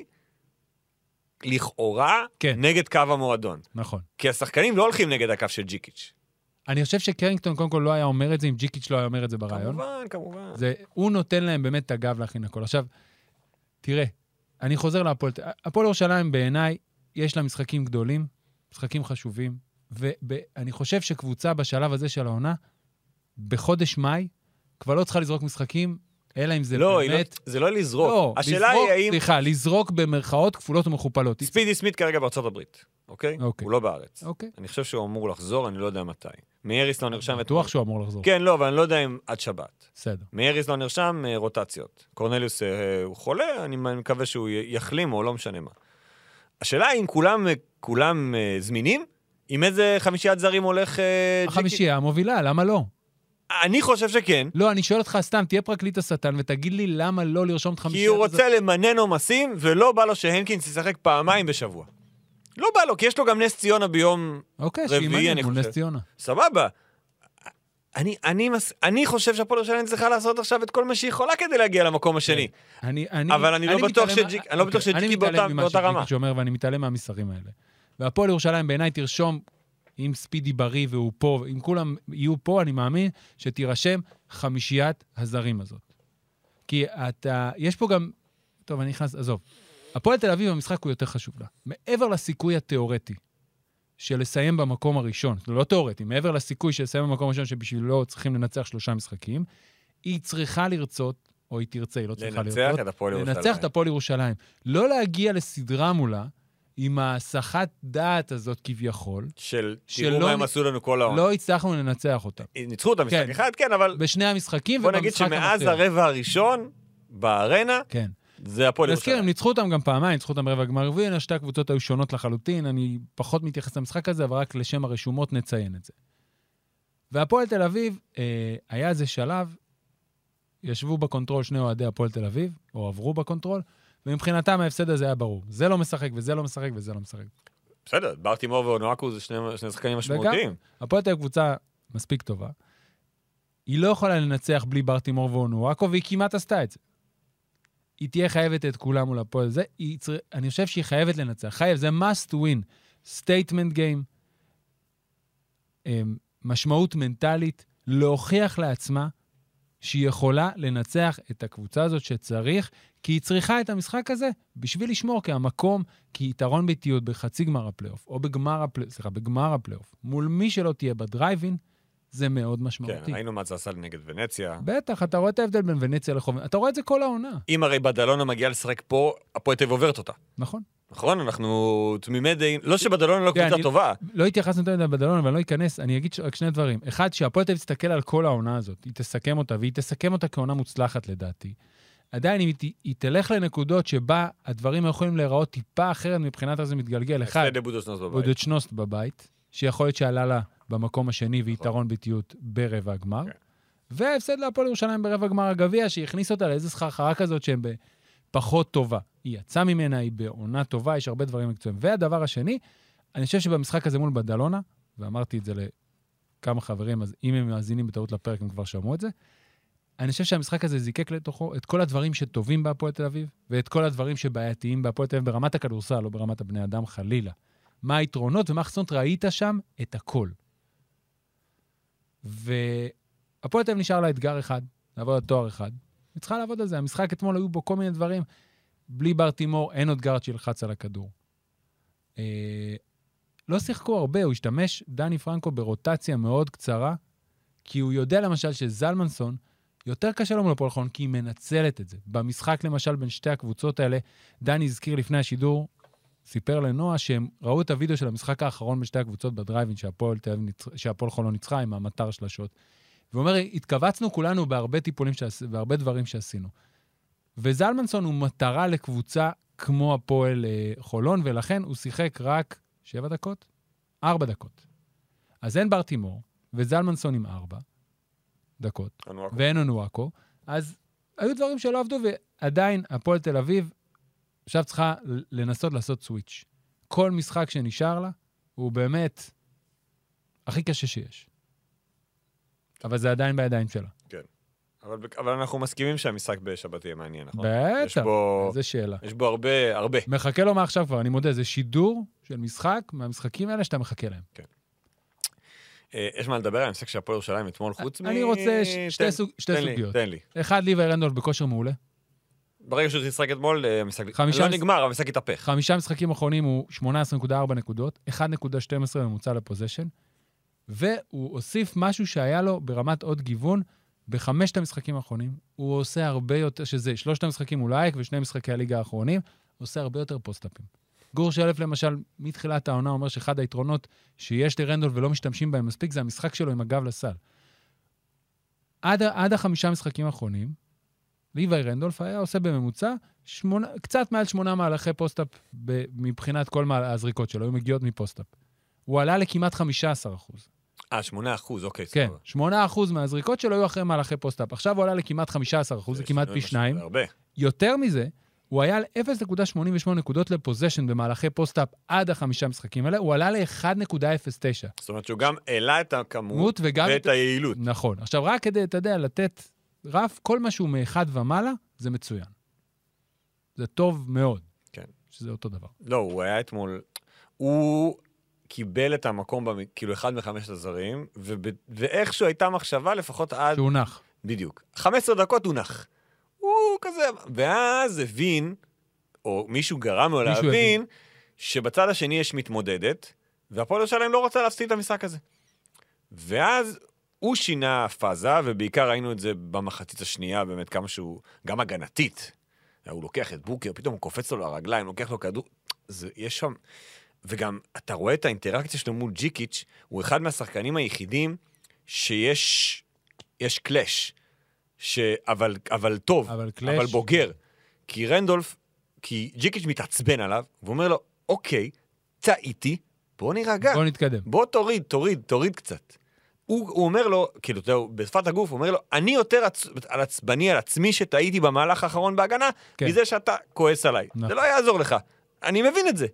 לכאורה, כן. נגד קו המועדון. נכון. כי השחקנים לא הולכים נגד הקו של ג'יקיץ'. אני חושב שקרינגטון קודם כל לא היה אומר את זה, אם ג'יקיץ' לא היה אומר את זה ברעיון. כמובן, כמובן. זה, הוא נותן להם באמת את הגב להכין הכל. עכשיו, תראה, אני חוזר להפועל, הפועל ירושלים בעיניי, יש לה משחקים גדולים, משחקים חשובים, ואני חושב שקבוצה בשלב הזה של העונה, בחודש מאי, כבר לא צריכה לזרוק משחקים, אלא אם זה לא, באמת... לא, זה לא לזרוק. לא, השאלה לזרוק, היא האם... סליחה, לזרוק במרכאות כפולות ומכופלות. ספידי סמית כרגע בארצות הברית, אוקיי? אוקיי. הוא לא בארץ. אוקיי. אני חושב שהוא אמור לחזור, אני לא יודע מתי. מאיריס לא נרשם... בטוח שהוא אמור לחזור. כן, לא, אבל אני לא יודע אם עד שבת. בסדר. מאיריס לא נרשם, רוטציות. קורנליוס הוא חולה, אני מקווה שהוא יחלים או לא משנה מה. השאלה היא אם כולם, כולם זמינים, עם איזה חמישיית זרים הולך... החמישייה המובילה, למה לא? אני חושב שכן. לא, אני שואל אותך סתם, תהיה פרקליט השטן, ותגיד לי למה לא לרשום את חמישיית כי הוא רוצה למנן עומסים, ולא בא לו שהנקינס ישחק פעמיים בשבוע. לא בא לו, כי יש לו גם נס ציונה ביום רביעי, אני חושב. נס ציונה. סבבה. אני, אני, אני חושב שהפועל ירושלים צריכה לעשות עכשיו את כל מה שהיא יכולה כדי להגיע למקום השני. אני, אני, אבל אני, אני לא בטוח שג'יק, אני לא בטוח שג'יקי באותה, באותה רמה. אני שאומר, ואני מתעלם מהמסרים האלה. והפועל ירושלים בעיניי תרשום, אם ספידי בריא והוא פה, אם כולם יהיו פה, אני מאמין שתירשם חמישיית הזרים הזאת. כי אתה, יש פה גם, טוב, אני נכנס, עזוב. הפועל תל אביב במשחק הוא יותר חשוב לה. מעבר לסיכוי התיאורטי של לסיים במקום הראשון, זה לא תיאורטי, מעבר לסיכוי של לסיים במקום הראשון שבשבילו צריכים לנצח שלושה משחקים, היא צריכה לרצות, או היא תרצה, היא לא צריכה לרצות, לנצח את הפועל ירושלים. לנצח את הפועל ירושלים. לא להגיע לסדרה מולה, עם ההסחת דעת הזאת כביכול, של תראו מה הם עשו לנו כל העונה. לא הצלחנו לנצח אותם. ניצחו אותם משחק אחד, כן, אבל... בשני המשחקים בוא נגיד שמאז הרבע הראשון, בארנה, כן. זה הפועל ירושלים. נזכיר, הם ניצחו אותם גם פעמיים, ניצחו אותם ברבע גמר רביעי, שתי הקבוצות היו שונות לחלוטין, אני פחות מתייחס למשחק הזה, אבל רק לשם הרשומות נציין את זה. והפועל תל אביב, אה, היה איזה שלב, ישבו בקונטרול שני אוהדי הפועל תל אביב, או עברו בקונטרול, ומבחינתם ההפסד הזה היה ברור. זה לא משחק, וזה לא משחק, וזה לא משחק. בסדר, ברטימור ואונואקו זה שני, שני שחקנים משמעותיים. וגם, הפועל תל אביב קבוצה מספיק טובה. היא לא יכולה לנצח בלי ברטימור ואונואקו, והיא כמעט עשתה את זה. היא תהיה חייבת את כולם מול הפועל. זה, היא, אני חושב שהיא חייבת לנצח. חייב, זה must win. statement game, משמעות מנטלית, להוכיח לעצמה שהיא יכולה לנצח את הקבוצה הזאת שצריך, כי היא צריכה את המשחק הזה בשביל לשמור כהמקום, כיתרון ביתיות בחצי גמר הפלייאוף, או בגמר הפלייאוף, סליחה, בגמר הפלייאוף. מול מי שלא תהיה בדרייבין, זה מאוד משמעותי. כן, ראינו מה זה עשה נגד ונציה. בטח, אתה רואה את ההבדל בין ונציה לחוב. אתה רואה את זה כל העונה. אם הרי בדלונה מגיעה לשחק פה, הפועל תל אביב עוברת אותה. נכון. נכון, אנחנו תמימי דעים, לא שבדלונה לא קבוצה טובה. לא התייחסנו יותר לבדלונה, אבל לא אכנס, אני אגיד רק שני דברים. אחד, שהפועל תל אביב תסתכל על כל העונה הזאת, היא תסכם אותה, והיא תסכם אותה כעונה מוצלחת לדעתי. עדיין היא, היא תלך לנקודות שבה הדברים יכולים להיראות טיפה אחרת מבחינת הזה מתגלגל. אחד, בודדשנוסט בבית, שיכול להיות שעלה לה במקום השני ויתרון ביתיות ברבע הגמר. והפסד להפועל ירושלים ברבע הגמר הגביע, שהכניס אותה לאיזו סחרחרה כזאת שהם פחות טובה. היא יצאה ממנה, היא בעונה טובה, יש הרבה דברים מקצועיים. והדבר השני, אני חושב שבמשחק הזה מול בדלונה, ואמרתי את זה לכמה חברים, אז אם הם מאזינים בטעות לפרק, הם כבר שמעו את זה, אני חושב שהמשחק הזה זיקק לתוכו את כל הדברים שטובים בהפועל תל אביב, ואת כל הדברים שבעייתיים בהפועל תל אביב ברמת הכדורסל, לא ברמת הבני אדם חלילה. מה היתרונות ומה חסונות ראית שם? את הכל. והפועל תל אביב נשאר לה אתגר אחד, לעבוד על תואר אחד. היא צריכה לעבוד על זה. המשחק אתמול היו בו כל מיני דברים. בלי ברטימור, אין עוד גארד שילחץ על הכדור. אה, לא שיחקו הרבה, הוא השתמש, דני פרנקו, ברוטציה מאוד קצרה, כי הוא יודע למשל שזלמנסון, יותר קשה לו מול הפועל חולון, כי היא מנצלת את זה. במשחק למשל בין שתי הקבוצות האלה, דני הזכיר לפני השידור, סיפר לנועה שהם ראו את הוידאו של המשחק האחרון בשתי הקבוצות בדרייבין, שהפועל, שהפועל חולון ניצחה עם המטר שלשות. והוא אומר, התכווצנו כולנו בהרבה טיפולים, שעש... בהרבה דברים שעשינו. וזלמנסון הוא מטרה לקבוצה כמו הפועל אה, חולון, ולכן הוא שיחק רק שבע דקות, ארבע דקות. אז אין ברטימור, וזלמנסון עם ארבע דקות, אנואקו. ואין אנואקו, אז היו דברים שלא עבדו, ועדיין הפועל תל אביב עכשיו צריכה לנסות לעשות סוויץ'. כל משחק שנשאר לה, הוא באמת הכי קשה שיש. אבל זה עדיין בידיים שלה. כן. אבל, אבל אנחנו מסכימים שהמשחק בשבת יהיה מעניין, נכון? בטח, בו, זו שאלה. יש בו הרבה, הרבה. מחכה לו מעכשיו כבר, אני מודה, זה שידור של משחק מהמשחקים האלה שאתה מחכה להם. כן. יש מה לדבר על המשחק של הפועל ירושלים אתמול חוץ מ... אני רוצה שתי סוגיות. תן לי. אחד, ליוואי רנדולף בכושר מעולה. ברגע שהוא תשחק אתמול, המשחק לא נגמר, המשחק התהפך. חמישה משחקים אחרונים הוא שמונה עשרה נקודה ארבע נקודות, אחת נקודה שתים עשרה ממוצע לפוזיישן, והוא הוסיף משהו שהיה לו ברמת עוד גיוון, בחמשת המשחקים האחרונים, הוא עושה הרבה יותר, שזה שלושת המשחקים אולי, ושני משחקי הליגה האחרונים, עושה הרבה יותר פוסט-אפים. גור שלף למשל, מתחילת העונה, אומר שאחד היתרונות שיש לרנדולף ולא משתמשים בהם מספיק, זה המשחק שלו עם הגב לסל. עד, עד החמישה משחקים האחרונים, ליוואי רנדולף היה עושה בממוצע שמונה, קצת מעל שמונה מהלכי פוסט-אפ מבחינת כל הזריקות שלו, היו מגיעות מפוסט-אפ. הוא עלה לכמעט חמישה עשר אחוז. אה, שמונה אחוז, אוקיי. כן, שמונה אחוז מהזריקות שלו היו אחרי מהלכי פוסט-אפ. עכשיו הוא עלה לכמעט חמישה עשר אחוז, זה כמעט פי שניים. יותר מזה, הוא היה על אפס נקודה שמונים ושמונה נקודות לפוזיישן במהלכי פוסט-אפ עד החמישה משחקים האלה, הוא עלה ל-אחד נקודה אפס תשע. זאת אומרת שהוא גם העלה את הכמות ואת היעילות. נכון. עכשיו, רק כדי, אתה יודע, לתת רף, כל משהו מאחד ומעלה, זה מצוין. זה טוב מאוד. כן. שזה אותו דבר. לא, הוא היה אתמול, הוא קיבל את המקום, במ... כאילו אחד מחמשת הזרים, וב... ואיכשהו הייתה מחשבה לפחות עד... שהוא נח. בדיוק. חמש עשרה דקות הוא נח. הוא כזה, ואז הבין, או מישהו גרם לו להבין, הבין. שבצד השני יש מתמודדת, והפועל ירושלים לא רוצה להפסיד את המשחק הזה. ואז הוא שינה פאזה, ובעיקר ראינו את זה במחצית השנייה, באמת כמה שהוא, גם הגנתית, הוא לוקח את בוקר, פתאום הוא קופץ לו לרגליים, לוקח לו כדור, זה, יש שם, וגם אתה רואה את האינטראקציה שלו מול ג'יקיץ', הוא אחד מהשחקנים היחידים שיש, יש קלאש, ש... אבל, אבל טוב, אבל, אבל בוגר. כי רנדולף, כי ג'יקיץ' מתעצבן עליו, והוא אומר לו, אוקיי, טעיתי, בוא נירגע. בוא נתקדם. בוא תוריד, תוריד, תוריד קצת. הוא, הוא אומר לו, כאילו, תראו, בשפת הגוף, הוא אומר לו, אני יותר עצ... על עצבני על עצמי שטעיתי במהלך האחרון בהגנה, כן. מזה שאתה כועס עליי. נכון. זה לא יעזור לך. אני מבין את זה.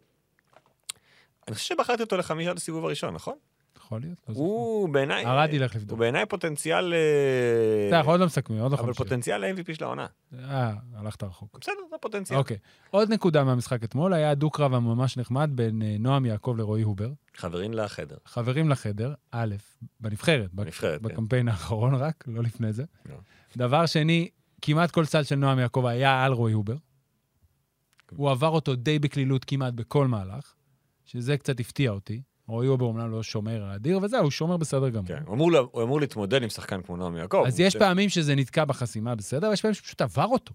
אני חושב שבחרתי אותו לחמישה לסיבוב הראשון, נכון? יכול להיות. הוא בעיניי... הרדי לך לבדוק. הוא בעיניי פוטנציאל... אתה, עוד לא מסכמים, עוד לא חמישה. אבל פוטנציאל ל-אם וי פי של העונה. אה, הלכת רחוק. בסדר, זה פוטנציאל. אוקיי. עוד נקודה מהמשחק אתמול, היה דו-קרב הממש נחמד בין נועם יעקב לרועי הובר. חברים לחדר. חברים לחדר, א', בנבחרת. בנבחרת, בקמפיין האחרון רק, לא לפני זה. דבר שני, כמעט כל צד של נועם יעקב היה על רועי הובר. הוא עבר אותו די בקלילות כמעט בכל מהלך, שזה קצת הפתיע אותי. רועי הובר אומנם לא שומר האדיר, וזה, הוא שומר בסדר גמור. כן, הוא אמור, הוא אמור להתמודד עם שחקן כמו נועם יעקב. אז יש ש... פעמים שזה נתקע בחסימה בסדר, ויש פעמים שפשוט עבר אותו.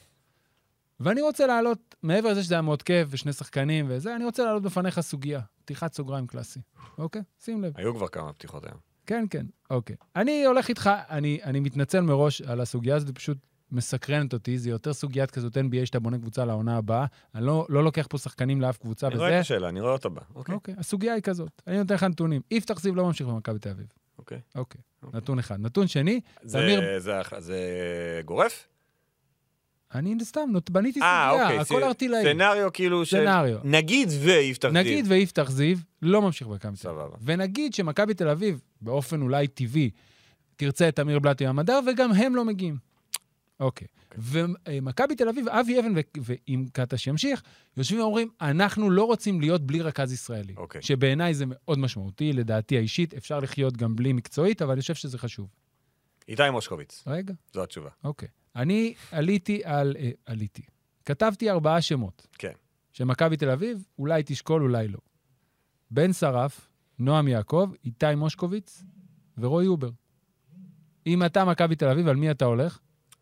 ואני רוצה לעלות, מעבר לזה שזה היה מאוד כיף, ושני שחקנים וזה, אני רוצה לעלות בפניך סוגיה. פתיחת סוגריים קלאסי. אוקיי? שים לב. היו כבר כמה פתיחות היום. כן, כן. אוקיי. אני הולך איתך, אני, אני מתנצל מראש על הסוגיה הזאת, פשוט מסקרנת אותי, זה יותר סוגיית כזאת אן בי איי שאתה בונה קבוצה לעונה הבאה, אני לא, לא לוקח פה שחקנים לאף קבוצה, אני וזה... רואה את השאלה, אני רואה אותה בה. אוקיי. אוקיי, הסוגיה היא כזאת. אני נותן לך נתונים. יפתח זיו לא ממשיך במכבי תל אביב. אוקיי. אוקיי. נתון אחד. נתון שני, זה, תמיר... זה, זה, זה גורף? אני סתם, בניתי סוגיה, אוקיי, הכל ארטילאי. סנריו כאילו של... סנריו. נגיד ויפתח זיו. נגיד ויפתח זיו, לא ממשיך במכבי תל אביב. סבבה. ונגיד שמכבי תל אביב, באופן אולי טבעי, תרצה את תמיר בלאטי המדר, וגם הם לא מגיעים. אוקיי. ומכבי תל אביב, אבי אבן ועם קטע שימשיך, יושבים ואומרים, אנחנו לא רוצים להיות בלי רכז ישראלי. אוקיי. שבעיניי זה מאוד משמעותי, לדעתי האישית, אפשר לחיות גם בלי מקצועית, אבל אני חושב שזה חשוב. איתי מושקוביץ. רגע. זו התשובה. אוקיי. אני עליתי על... אה, עליתי. כתבתי ארבעה שמות. כן. שמכבי תל אביב, אולי תשקול, אולי לא. בן שרף, נועם יעקב, איתי מושקוביץ ורועי הובר. אם אתה מכבי תל אביב, על מי אתה הולך?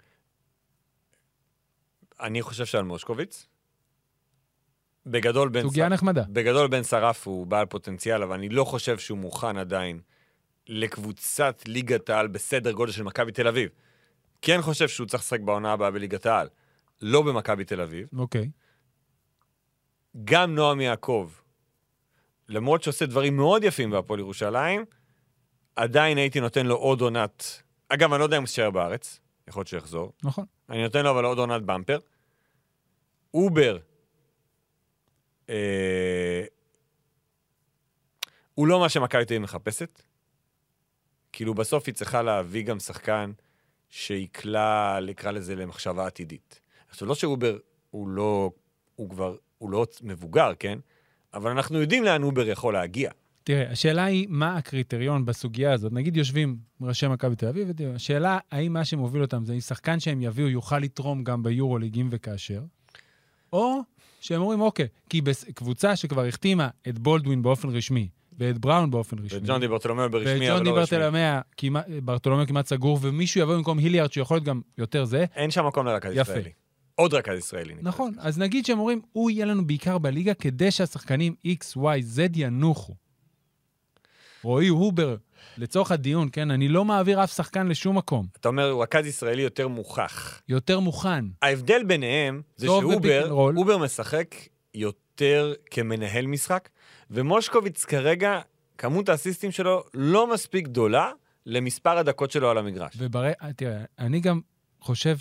אני חושב שעל מושקוביץ. בגדול בן... סוגיה נחמדה. בגדול בן שרף הוא בעל פוטנציאל, אבל אני לא חושב שהוא מוכן עדיין לקבוצת ליגת העל בסדר גודל של מכבי תל אביב. כן חושב שהוא צריך לשחק בעונה הבאה בליגת העל. לא במכבי תל אביב. אוקיי. גם נועם יעקב, למרות שעושה דברים מאוד יפים בהפועל ירושלים, עדיין הייתי נותן לו עוד עונת... אגב, אני לא יודע אם הוא יישאר בארץ. יכול להיות שיחזור. נכון. אני נותן לו אבל עוד עונת במפר. אובר, אה, הוא לא מה שמכבי תל אביב מחפשת. כאילו בסוף היא צריכה להביא גם שחקן שיקלה, לקרא לזה למחשבה עתידית. עכשיו לא שאובר הוא לא, הוא כבר, הוא לא מבוגר, כן? אבל אנחנו יודעים לאן אובר יכול להגיע. תראה, השאלה היא מה הקריטריון בסוגיה הזאת. נגיד יושבים ראשי מכבי תל אביב, השאלה האם מה שמוביל אותם זה אם שחקן שהם יביאו יוכל לתרום גם ביורוליגים וכאשר, או שהם אומרים אוקיי, כי בקבוצה שכבר החתימה את בולדווין באופן רשמי, ואת בראון באופן רשמי. ואת ג'ונדי ברטולומיאו ברשמי, אבל לא רשמי. וג'ונדי ברטולומיאו כמעט סגור, ומישהו יבוא במקום היליארד שיכול להיות גם יותר זה. אין שם מקום לרכז ישראלי. עוד רכז ישראלי. נכון, אז נגיד שהם אומרים, הוא יהיה לנו בעיקר בליגה כדי שהשחקנים X, Y, Z ינוחו. רועי הובר, לצורך הדיון, כן? אני לא מעביר אף שחקן לשום מקום. אתה אומר, הוא רכז ישראלי יותר מוכח. יותר מוכן. ההבדל ביניהם זה שאובר, אובר משחק יותר כמנהל משחק, ומושקוביץ כרגע, כמות האסיסטים שלו לא מספיק גדולה למספר הדקות שלו על המגרש. וברא, תראה, אני גם חושב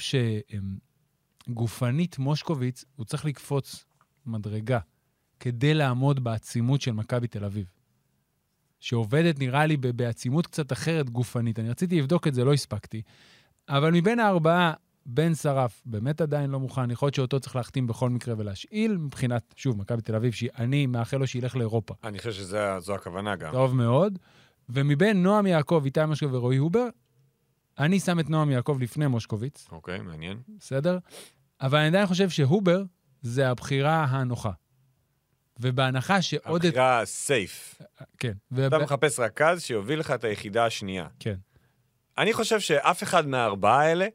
שגופנית מושקוביץ, הוא צריך לקפוץ מדרגה, כדי לעמוד בעצימות של מכבי תל אביב. שעובדת נראה לי בעצימות קצת אחרת גופנית. אני רציתי לבדוק את זה, לא הספקתי. אבל מבין הארבעה, בן שרף באמת עדיין לא מוכן, יכול להיות שאותו צריך להחתים בכל מקרה ולהשאיל, מבחינת, שוב, מכבי תל אביב, שאני מאחל לו שילך לאירופה. אני חושב שזו הכוונה גם. טוב מאוד. ומבין נועם יעקב, איתי מושקוביץ ורועי הובר, אני שם את נועם יעקב לפני מושקוביץ. אוקיי, מעניין. בסדר? אבל אני עדיין חושב שהובר זה הבחירה הנוחה. ובהנחה שעוד... הבחירה סייף. כן. אתה מחפש רכז שיוביל לך את היחידה השנייה. כן. אני חושב שאף אחד מהארבעה האלה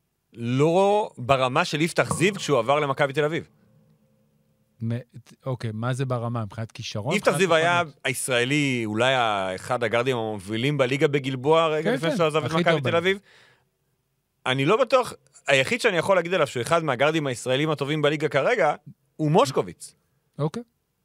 לא ברמה של יפתח זיו כשהוא עבר למכבי תל אביב. אוקיי, מה זה ברמה? מבחינת כישרון? יפתח זיו היה הישראלי, אולי אחד הגרדים המובילים בליגה בגלבוע, רגע לפני שהוא עזב את מכבי תל אביב. אני לא בטוח, היחיד שאני יכול להגיד עליו שהוא אחד מהגרדים הישראלים הטובים בליגה כרגע, הוא מושקוביץ. אוקיי.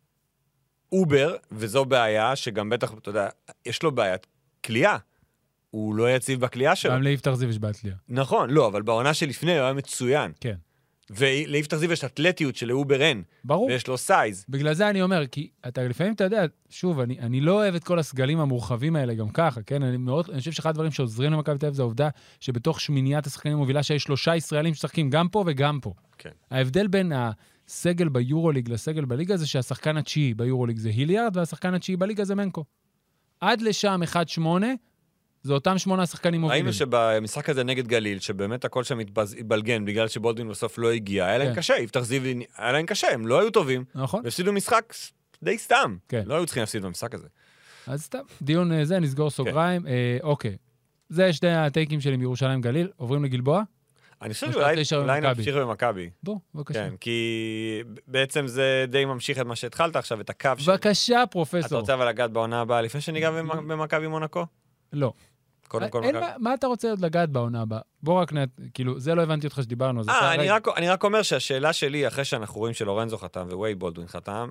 אובר, וזו בעיה שגם בטח, אתה יודע, יש לו בעיית קליעה. הוא לא יציב בקליעה שלו. גם ליפתח זיו יש בעיית קליעה. נכון, לא, אבל בעונה שלפני הוא היה מצוין. כן. וליפתח זיו יש אתלטיות של לאובר אין. ברור. ויש לו סייז. בגלל זה אני אומר, כי אתה לפעמים, אתה יודע, שוב, אני, אני לא אוהב את כל הסגלים המורחבים האלה גם ככה, כן? אני מאוד, אני חושב שאחד הדברים שעוזרים למכבי תל אביב זה העובדה שבתוך שמניית השחקנים מובילה שיש שלושה ישראלים ששחקים גם פה וגם פה. כן. ההבדל בין הסגל ביורוליג לסגל בליגה זה שהשחקן התשיעי ביורוליג זה היליארד והשחקן התשיעי בליגה זה מנקו. עד לשם אחד שמונה, זה אותם שמונה שחקנים מובילים. ראינו שבמשחק הזה נגד גליל, שבאמת הכל שם התבלגן, בגלל שבולדווין בסוף לא הגיע, היה להם קשה, יפתח זיו, היה להם קשה, הם לא היו טובים. נכון. והפסידו משחק די סתם. כן. לא היו צריכים להפסיד במשחק הזה. אז סתם, דיון זה, נסגור סוגריים. אוקיי, זה שתי הטייקים שלי מירושלים גליל, עוברים לגלבוע? אני חושב שאולי נמשיך במכבי. בוא, בבקשה. כן, כי בעצם זה די ממשיך את מה שהתחלת עכשיו, את הקו של... בבקשה, פרופסור. אתה רוצה אבל לגעת בעונה הבאה, לפני שניגע במכבי מונקו? לא. קודם כל מכבי. מה אתה רוצה עוד לגעת בעונה הבאה? בוא רק נת, כאילו, זה לא הבנתי אותך שדיברנו. אה, אני רק, אני רק אומר שהשאלה שלי, אחרי שאנחנו רואים שלורנזו חתם וווי בולדווין חתם,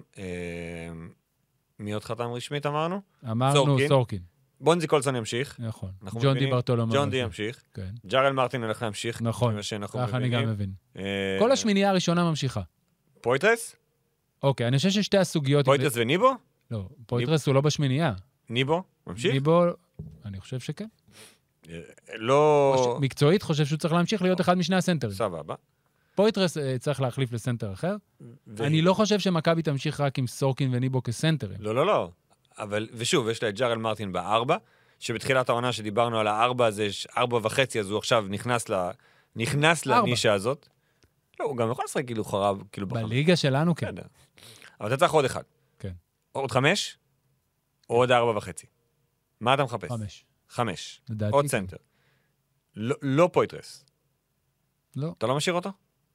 מי עוד חתם רשמית אמרנו? אמרנו סורקין. בונזי קולסון ימשיך. נכון. ג'ון די ברטולומו. ג'ון די ימשיך. כן. ג'רל מרטין הולך להמשיך. נכון. ככה אני גם מבין. כל השמינייה הראשונה ממשיכה. פויטרס? אוקיי, אני חושב ששתי הסוגיות... פויטרס וניבו? לא, פויטרס הוא לא בשמינייה. ניבו? ממשיך? ניבו, אני חושב שכן. לא... מקצועית חושב שהוא צריך להמשיך להיות אחד משני הסנטרים. סבבה. פויטרס צריך להחליף לסנטר אחר. אני לא חושב שמכבי תמשיך רק עם סורקין וניבו כסנטרים. לא, לא, לא. אבל, ושוב, יש לה את ג'רל מרטין בארבע, שבתחילת העונה שדיברנו על הארבע הזה, ארבע וחצי, אז הוא עכשיו נכנס ל... נכנס לנישה הזאת. לא, הוא גם יכול לשחק כאילו חרב, כאילו בחמש. בליגה שלנו, כן. אבל אתה צריך עוד אחד. כן. עוד חמש? או עוד ארבע וחצי. מה אתה מחפש? חמש. חמש. לדעתי. עוד סנטר. לא, לא פויטרס. לא. אתה לא משאיר אותו?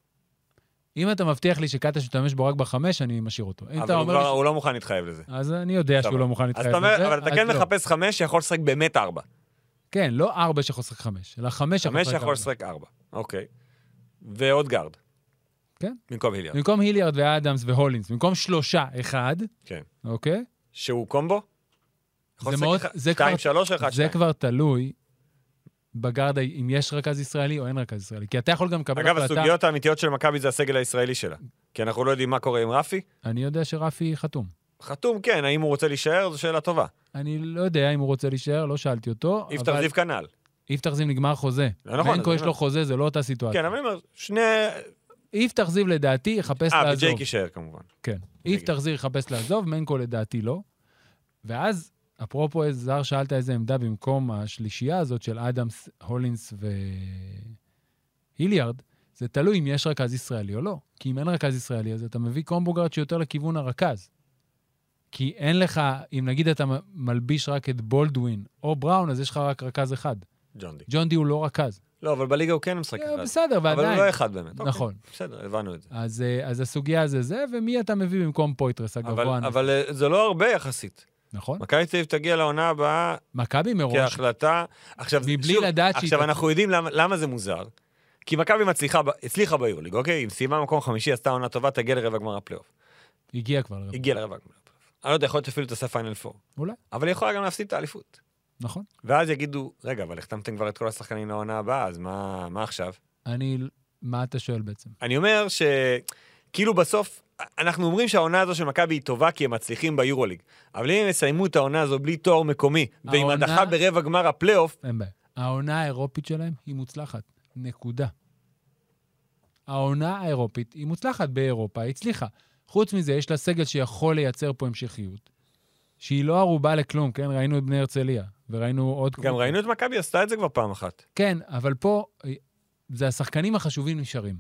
אם אתה מבטיח לי שקטש משתמש בו רק בחמש, אני משאיר אותו. אבל הוא, כבר, ש... הוא לא מוכן להתחייב לזה. אז אני יודע שהוא לא מוכן להתחייב אומר, לזה. אבל אתה כן מחפש לא. חמש שיכול לשחק באמת ארבע. כן, לא ארבע שיכול לשחק חמש, אלא חמש חמש שיכול לשחק ארבע. אוקיי. ועוד גארד. כן. במקום היליארד. במקום היליארד ואדמס והולינס. במקום שלושה, אחד. כן. אוקיי? שהוא קומבו? זה מאוד... זה שתיים, שלוש, אחד, זה כבר תלוי בגארד, אם יש רכז ישראלי או אין רכז ישראלי. כי אתה יכול גם לקבל החלטה... אגב, הסוגיות האמיתיות של מכבי זה הסגל הישראלי שלה. כי אנחנו לא יודעים מה קורה עם רפי. אני יודע שרפי חתום. חתום, כן. האם הוא רוצה להישאר? זו שאלה טובה. אני לא יודע אם הוא רוצה להישאר, לא שאלתי אותו. יפתח זיו כנ"ל. יפתח זיו נגמר חוזה. לא נכון. מנקו יש לו חוזה, זה לא אותה סיטואציה. כן, אבל אני אומר, שני... יפתח זיו לדעתי יחפש לעזוב. אה, וג'ייק יישאר כמובן. כן. יפתח זיו יחפש לעזוב, מנקו לדעתי לא. ואז, אפרופו איזה זר, שאלת איזה עמדה במקום השלישייה הזאת של אדמס, הולינס והיליארד, זה תלוי אם יש רכז ישראלי או לא. כי אם אין רכז ישראלי, אז אתה מביא קומבוגרד שיותר לכיוון הרכז. כי אין לך, אם נגיד אתה מלביש רק את בולדווין או בראון, אז יש לך רק רכז אחד. ג'ון די. ג'ון די הוא לא רכז. לא, אבל בליגה הוא כן משחק אחד. בסדר, ועדיין. אבל הוא לא אחד באמת. נכון. בסדר, הבנו את זה. אז, אז הסוגיה זה זה, ומי אתה מביא במקום פויטרס הגבוה? אבל, אבל זה לא הרבה יחסית. נכון. מכבי תל אביב תגיע לעונה הבאה... מכבי מראש. כהחלטה... עכשיו, מבלי שוב, לדעת עכשיו שהיא... אנחנו יודעים למה, למה זה מוזר. כי מכבי מצליחה, הצליחה ביורוליג, אוקיי? אם סיימה מקום חמישי, עשתה עונה טובה, תגיע לרבע גמר הפלייאוף. הגיע כבר לרבע. הגיע לרבע גמר הפלייאוף. אני לא יודע, יכול להיות אפילו תעשה פיינל פור. אולי. אבל היא יכולה גם להפסיד את האליפות. נכון. ואז יגידו, רגע, אבל החתמתם כבר את כל השחקנים לעונה הבאה, אז מה, מה עכשיו? אני, מה אתה שואל בעצם? אני אומר שכאילו בסוף, אנחנו אומרים שהעונה הזו של מכבי היא טובה, כי הם מצליחים ביורוליג. אבל אם הם יסיימו את העונה הזו בלי תואר מקומי, העונה... ועם הדחה ברבע גמר הפלייאוף... אין בעיה. העונה האירופית שלהם היא מוצלחת. נקודה. העונה האירופית היא מוצלחת באירופה, היא הצליחה. חוץ מזה, יש לה סגל שיכול לייצר פה המשכיות, שהיא לא ערובה לכלום, כן? ראינו את בני הרצליה, וראינו עוד... גם ראינו את מכבי, עשתה את זה כבר פעם אחת. כן, אבל פה, זה השחקנים החשובים נשארים.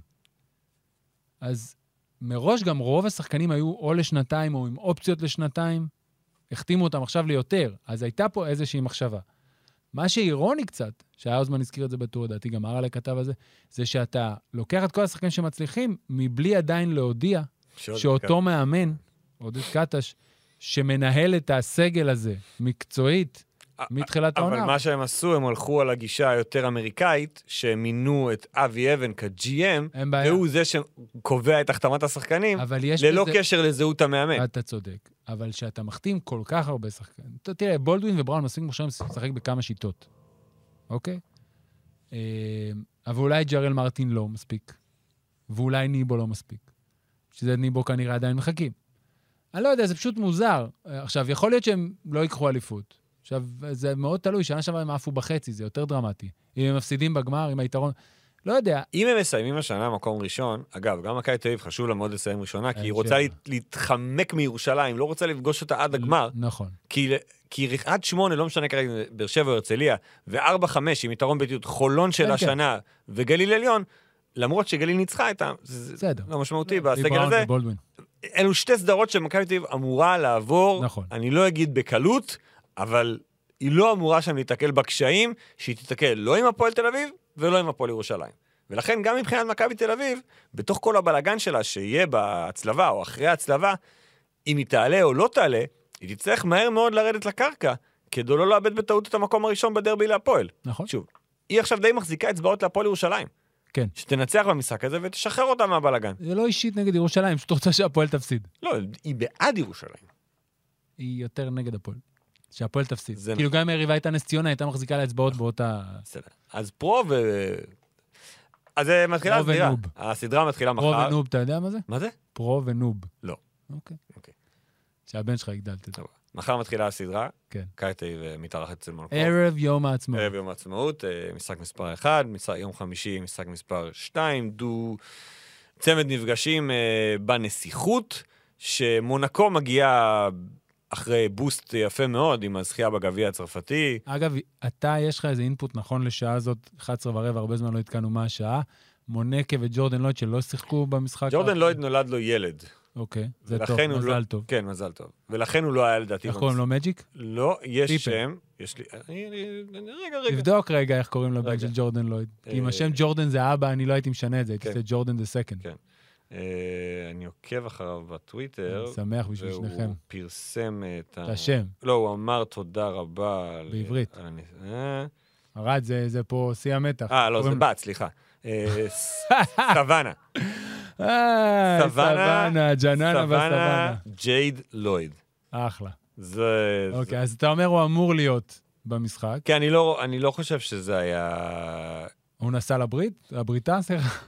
אז מראש גם רוב השחקנים היו או לשנתיים, או עם אופציות לשנתיים, החתימו אותם עכשיו ליותר, אז הייתה פה איזושהי מחשבה. מה שאירוני קצת, שהאוזמן הזכיר את זה בטור, דעתי גם ארלה כתב על זה, זה שאתה לוקח את כל השחקנים שמצליחים, מבלי עדיין להודיע, שאותו מאמן, עודד קטש, שמנהל את הסגל הזה, מקצועית, מתחילת העונה. אבל מה שהם עשו, הם הלכו על הגישה היותר אמריקאית, שהם מינו את אבי אבן כ-ג'י אם, והוא זה שקובע את החתמת השחקנים, ללא קשר לזהות המאמן. אתה צודק, אבל שאתה מחתים כל כך הרבה שחקנים, תראה, בולדווין ובראון מספיק מושבים לשחק בכמה שיטות, אוקיי? אבל אולי ג'רל מרטין לא מספיק, ואולי ניבו לא מספיק. שזה ניבו כנראה עדיין מחכים. אני לא יודע, זה פשוט מוזר. עכשיו, יכול להיות שהם לא ייקחו אליפות. עכשיו, זה מאוד תלוי, שנה שווה הם עפו בחצי, זה יותר דרמטי. אם הם מפסידים בגמר, עם היתרון, לא יודע. אם הם מסיימים השנה מקום ראשון, אגב, גם מכבי תל אביב חשוב לה מאוד לסיים ראשונה, כי היא רוצה להתחמק מירושלים, לא רוצה לפגוש אותה עד הגמר. נכון. כי, כי עד שמונה, לא משנה כרגע, באר שבע או הרצליה, וארבע חמש, עם יתרון ביתיות, חולון של השנה, וגליל עליון, למרות שגליל ניצחה איתם, זה לא משמעותי בסגל הזה. אלו שתי סדרות שמכבי תל אביב אמורה לעבור, נכון. אני לא אגיד בקלות, אבל היא לא אמורה שם להתקל בקשיים, שהיא תתקל לא עם הפועל תל אביב, ולא עם הפועל ירושלים. ולכן גם מבחינת מכבי תל אביב, בתוך כל הבלגן שלה, שיהיה בהצלבה או אחרי ההצלבה, אם היא תעלה או לא תעלה, היא תצטרך מהר מאוד לרדת לקרקע, כדי לא לאבד בטעות את המקום הראשון בדרבי להפועל. נכון. שוב, היא עכשיו די מחזיקה אצבעות להפועל ירושלים. כן. שתנצח במשחק הזה ותשחרר אותה מהבלגן. זה לא אישית נגד ירושלים, שאת רוצה שהפועל תפסיד. לא, היא בעד ירושלים. היא יותר נגד הפועל. שהפועל תפסיד. כאילו גם היריבה הייתה נס ציונה, הייתה מחזיקה לאצבעות באותה... אז פרו ו... אז זה מתחילה הסדרה. הסדרה מתחילה מחר. פרו ונוב, אתה יודע מה זה? מה זה? פרו ונוב. לא. אוקיי. שהבן שלך יגדל את זה. מחר מתחילה הסדרה. כן. קייטי ומתארחת אצל מונקו. ערב יום העצמאות. ערב יום העצמאות, משחק מספר אחד, יום חמישי, משחק מספר שתיים, דו צמד נפגשים בנסיכות, שמונקו מגיעה אחרי בוסט יפה מאוד עם הזכייה בגביע הצרפתי. אגב, אתה, יש לך איזה אינפוט נכון לשעה הזאת, אחת עשרה ורבע, הרבה זמן לא התקנו מה השעה, מונקה וג'ורדן לויד שלא שיחקו במשחק. ג'ורדן לויד נולד לו ילד. אוקיי, זה טוב, מזל טוב. כן, מזל טוב. ולכן הוא לא היה לדעתי. איך קוראים לו מג'יק? לא, יש שם, יש לי, רגע, רגע. תבדוק רגע איך קוראים לו בן של ג'ורדן לויד. כי אם השם ג'ורדן זה אבא, אני לא הייתי משנה את זה, הייתי עושה ג'ורדן דה סקנד. כן. אני עוקב אחריו בטוויטר. אני שמח בשביל שניכם. והוא פרסם את השם. לא, הוא אמר תודה רבה. בעברית. ארד, זה פה שיא המתח. אה, לא, זה בת, סליחה. סוואנה. אה, סוואנה, ג'ננה בסוואנה. ג'ייד לויד. אחלה. זה... אוקיי, אז אתה אומר הוא אמור להיות במשחק. כן, אני לא חושב שזה היה... הוא נסע לברית? לבריטה, סליחה?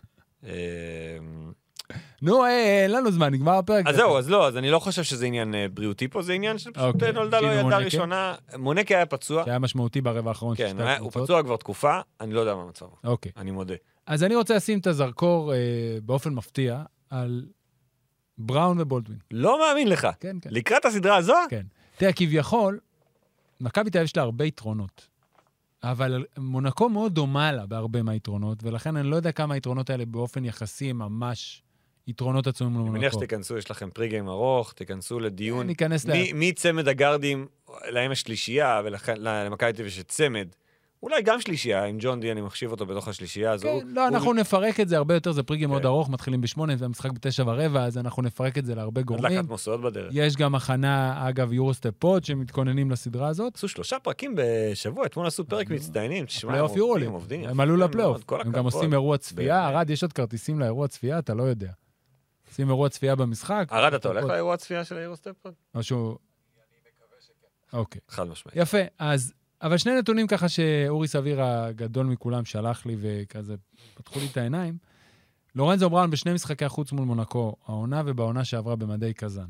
נו, אין לנו זמן, נגמר הפרק. אז זהו, אז לא, אז אני לא חושב שזה עניין בריאותי פה, זה עניין שפשוט נולדה לו ילדה ראשונה. מונקה היה פצוע. שהיה משמעותי ברבע האחרון. כן, הוא פצוע כבר תקופה, אני לא יודע מה המצב. אוקיי. אני מודה. אז אני רוצה לשים את הזרקור באופן מפתיע על בראון ובולדווין. לא מאמין לך. כן, כן. לקראת הסדרה הזו? כן. תראה, כביכול, מכבי תל אביב יש לה הרבה יתרונות. אבל מונקו מאוד דומה לה בהרבה מהיתרונות, ולכן אני לא יודע כמה היתרונות האלה באופן יחסי ממש יתרונות עצומים למונקו. אני מניח שתיכנסו, יש לכם פריגיים ארוך, תיכנסו לדיון. ניכנס ל... מי צמד הגרדים, להם השלישייה, ולמכבי תל אביב יש צמד. אולי גם שלישייה, עם ג'ון די, אני מחשיב אותו בתוך השלישייה הזו. כן, לא, אנחנו נפרק את זה הרבה יותר, זה פריגים מאוד ארוך, מתחילים בשמונה, והמשחק בתשע ורבע, אז אנחנו נפרק את זה להרבה גורמים. הדלקת מוסעות בדרך. יש גם הכנה, אגב, יורוסטפ פוד, שמתכוננים לסדרה הזאת. עשו שלושה פרקים בשבוע, אתמול עשו פרק מצטיינים, תשמע, הם עובדים, עובדים. הם עלו לפלייאוף, הם גם עושים אירוע צפייה, ארד, יש עוד כרטיסים לאירוע צפייה, אתה לא יודע. שים אירוע צפייה במשחק. ארד, אתה הולך לאירוע צפייה של היורוסטפ? משהו... אני מקווה שכן. אוקיי. חד משמעית. יפה, אז... אבל שני נתונים ככה שאורי סביר הגדול מכולם שלח לי וכזה פתחו לי את העיניים. לורנזו בראון בשני משחקי החוץ מול מונקו, העונה ובעונה שעברה במדי קזן.